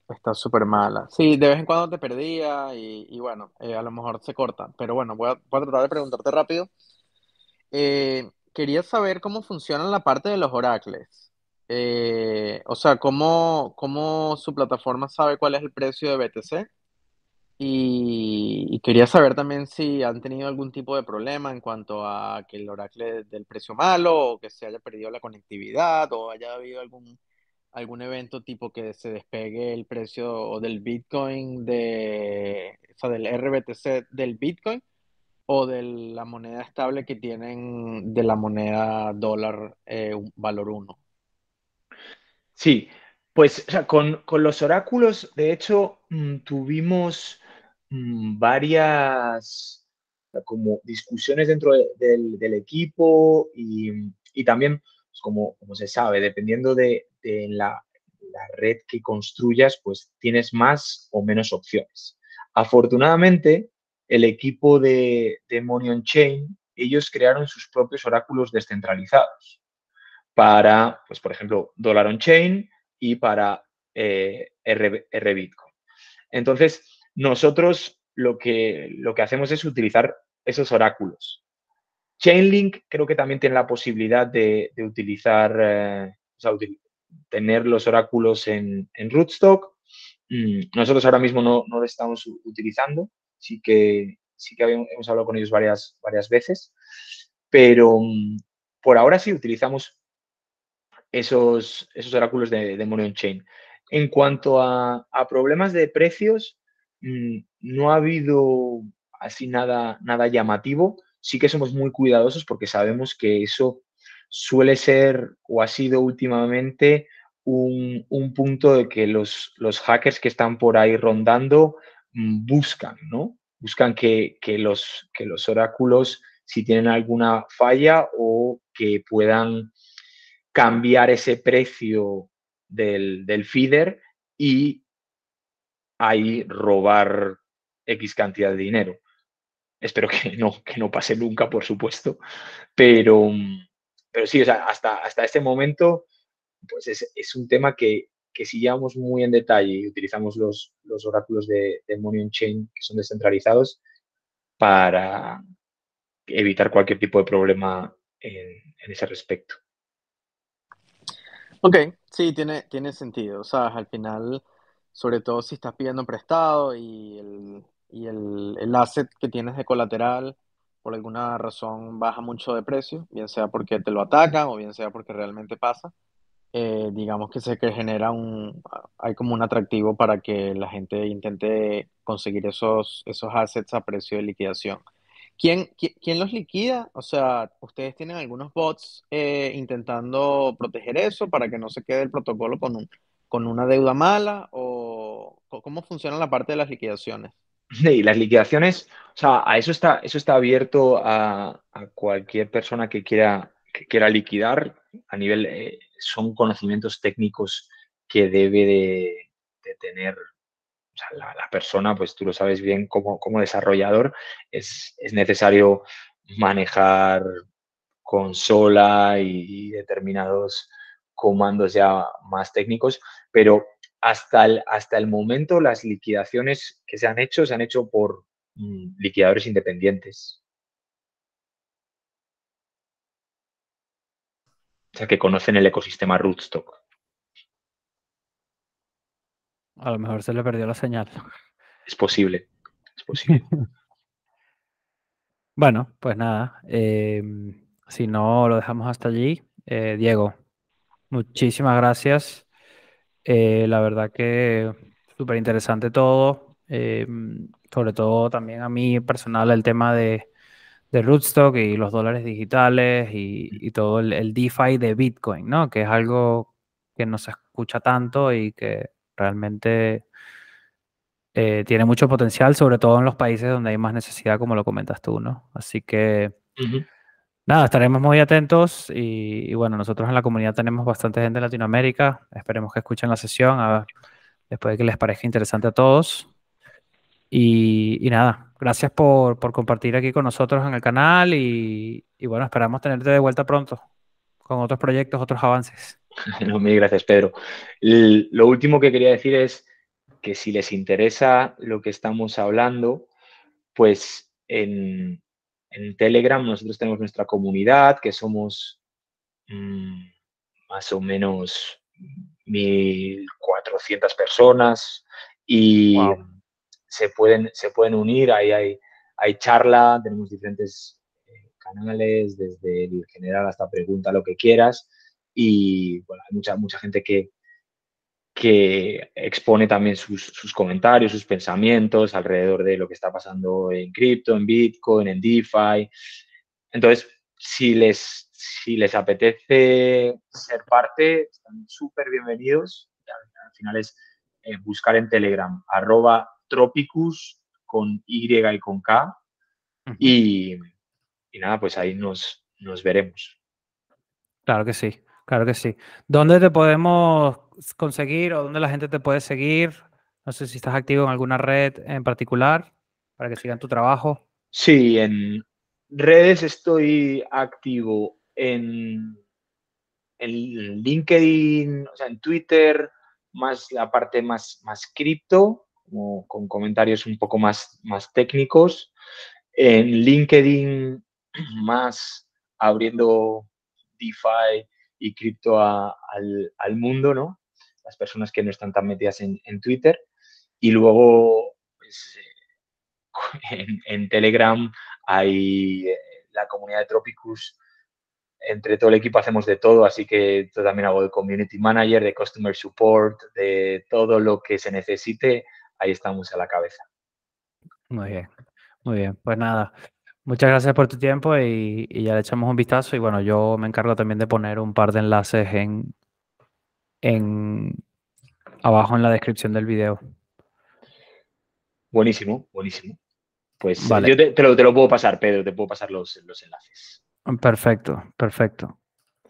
está súper mala. Sí, de vez en cuando te perdía y, y bueno, eh, a lo mejor se corta. Pero bueno, voy a, voy a tratar de preguntarte rápido. Eh, quería saber cómo funciona la parte de los oracles. Eh, o sea, cómo, cómo su plataforma sabe cuál es el precio de B T C. Y, y quería saber también si han tenido algún tipo de problema en cuanto a que el oracle del precio malo o que se haya perdido la conectividad o haya habido algún, algún evento tipo que se despegue el precio del Bitcoin de, o sea, del R B T C del Bitcoin o de la moneda estable que tienen de la moneda dólar eh, un- valor uno. Sí, pues o sea, con, con los oráculos, de hecho, mm, tuvimos mm, varias o sea, como discusiones dentro de- del, del equipo y, y también, pues, como, como se sabe, dependiendo de, de la, la red que construyas, pues tienes más o menos opciones. Afortunadamente, el equipo de, de Money on Chain, ellos crearon sus propios oráculos descentralizados para, pues, por ejemplo, Dollar on Chain y para eh, R, R Bitcoin. Entonces, nosotros lo que, lo que hacemos es utilizar esos oráculos. Chainlink creo que también tiene la posibilidad de, de utilizar, eh, o sea, util tener los oráculos en, en Rootstock. Mm, nosotros ahora mismo no, no lo estamos utilizando, sí que, sí que habíamos, hemos hablado con ellos varias, varias veces, pero mm, por ahora sí utilizamos esos, esos oráculos de, de Money on Chain. En cuanto a, a problemas de precios, mmm, no ha habido así nada, nada llamativo. Sí que somos muy cuidadosos porque sabemos que eso suele ser o ha sido últimamente un, un punto de que los, los, hackers que están por ahí rondando mmm, buscan, ¿no? Buscan que, que, los, que los oráculos, si tienen alguna falla o que puedan cambiar ese precio del, del feeder y ahí robar X cantidad de dinero. Espero que no, que no pase nunca, por supuesto, pero, pero sí, o sea, hasta, hasta este momento pues es, es un tema que, que si llevamos muy en detalle y utilizamos los, los oráculos de, de Money on Chain que son descentralizados para evitar cualquier tipo de problema en, en ese respecto. Ok, sí, tiene, tiene sentido. O sea, al final, sobre todo si estás pidiendo prestado y el, y el, el asset que tienes de colateral, por alguna razón baja mucho de precio, bien sea porque te lo atacan o bien sea porque realmente pasa, eh, digamos que se que genera un, hay como un atractivo para que la gente intente conseguir esos, esos assets a precio de liquidación. ¿Quién, qui- quién los liquida? O sea, ¿ustedes tienen algunos bots eh, intentando proteger eso para que no se quede el protocolo con un, con una deuda mala? ¿O co- cómo funciona la parte de las liquidaciones? Y las liquidaciones, o sea, a eso está, eso está abierto a, a cualquier persona que quiera, que quiera liquidar. A nivel, eh, son conocimientos técnicos que debe de, de tener, o sea, la, la persona, pues tú lo sabes bien como, como desarrollador, es, es necesario manejar consola y, y determinados comandos ya más técnicos, pero hasta el, hasta el momento las liquidaciones que se han hecho se han hecho por mm, liquidadores independientes, o sea, que conocen el ecosistema Rootstock. A lo mejor se le perdió la señal. Es posible, es posible. Bueno, pues nada, em, si no lo dejamos hasta allí. Eh, Diego, muchísimas gracias. Eh, la verdad que súper interesante todo. Em, sobre todo también a mí personal el tema de, de Rootstock y los dólares digitales y, y todo el, el DeFi de Bitcoin, ¿no? Que es algo que no se escucha tanto y que realmente eh, tiene mucho potencial, sobre todo en los países donde hay más necesidad, como lo comentas tú, ¿no? Así que Uh-huh. nada, estaremos muy atentos y, y bueno, nosotros en la comunidad tenemos bastante gente de Latinoamérica. Esperemos que escuchen la sesión, a ver, después de que les parezca interesante a todos. Y, y nada, gracias por, por compartir aquí con nosotros en el canal y, y bueno, esperamos tenerte de vuelta pronto con otros proyectos, otros avances. No, mil gracias, Pedro. El, lo último que quería decir es que si les interesa lo que estamos hablando, pues en, en Telegram nosotros tenemos nuestra comunidad, que somos mmm, más o menos mil cuatrocientas personas y Wow. se pueden, se pueden unir, ahí hay, hay charla, tenemos diferentes eh, canales, desde el general hasta pregunta lo que quieras y bueno, hay mucha, mucha gente que, que expone también sus, sus comentarios, sus pensamientos alrededor de lo que está pasando en cripto, en Bitcoin, en DeFi. Entonces, si les, si les apetece ser parte, están súper bienvenidos. Al final es eh, buscar en Telegram, arroba tropicus con Y y con K. Ujú. Y, y nada, pues ahí nos, nos veremos. Claro que sí, claro que sí. ¿Dónde te podemos conseguir o dónde la gente te puede seguir? No sé si estás activo en alguna red en particular para que sigan tu trabajo. Sí, en redes estoy activo en, en LinkedIn, o sea, en Twitter, más la parte más, más cripto, como con comentarios un poco más, más técnicos. En LinkedIn, más abriendo DeFi y cripto a- al, al mundo, ¿no? Las personas que no están tan metidas en, en Twitter. Y luego, pues, en, en Telegram hay eh, la comunidad de Tropicus. Entre todo el equipo hacemos de todo, así que yo también hago de community manager, de customer support, de todo lo que se necesite, ahí estamos a la cabeza. Muy bien, muy bien. Pues nada, muchas gracias por tu tiempo y, y ya le echamos un vistazo. Y bueno, yo me encargo también de poner un par de enlaces en, en abajo en la descripción del video. Buenísimo, buenísimo. Pues eh, Vale, yo te, te lo, te lo puedo pasar, Pedro, te puedo pasar los, los enlaces. perfecto, perfecto.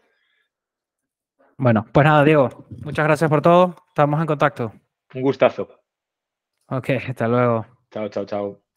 Bueno, pues nada, Diego, muchas gracias por todo. Estamos en contacto. Un gustazo. Ok, hasta luego. Chao, chao, chao.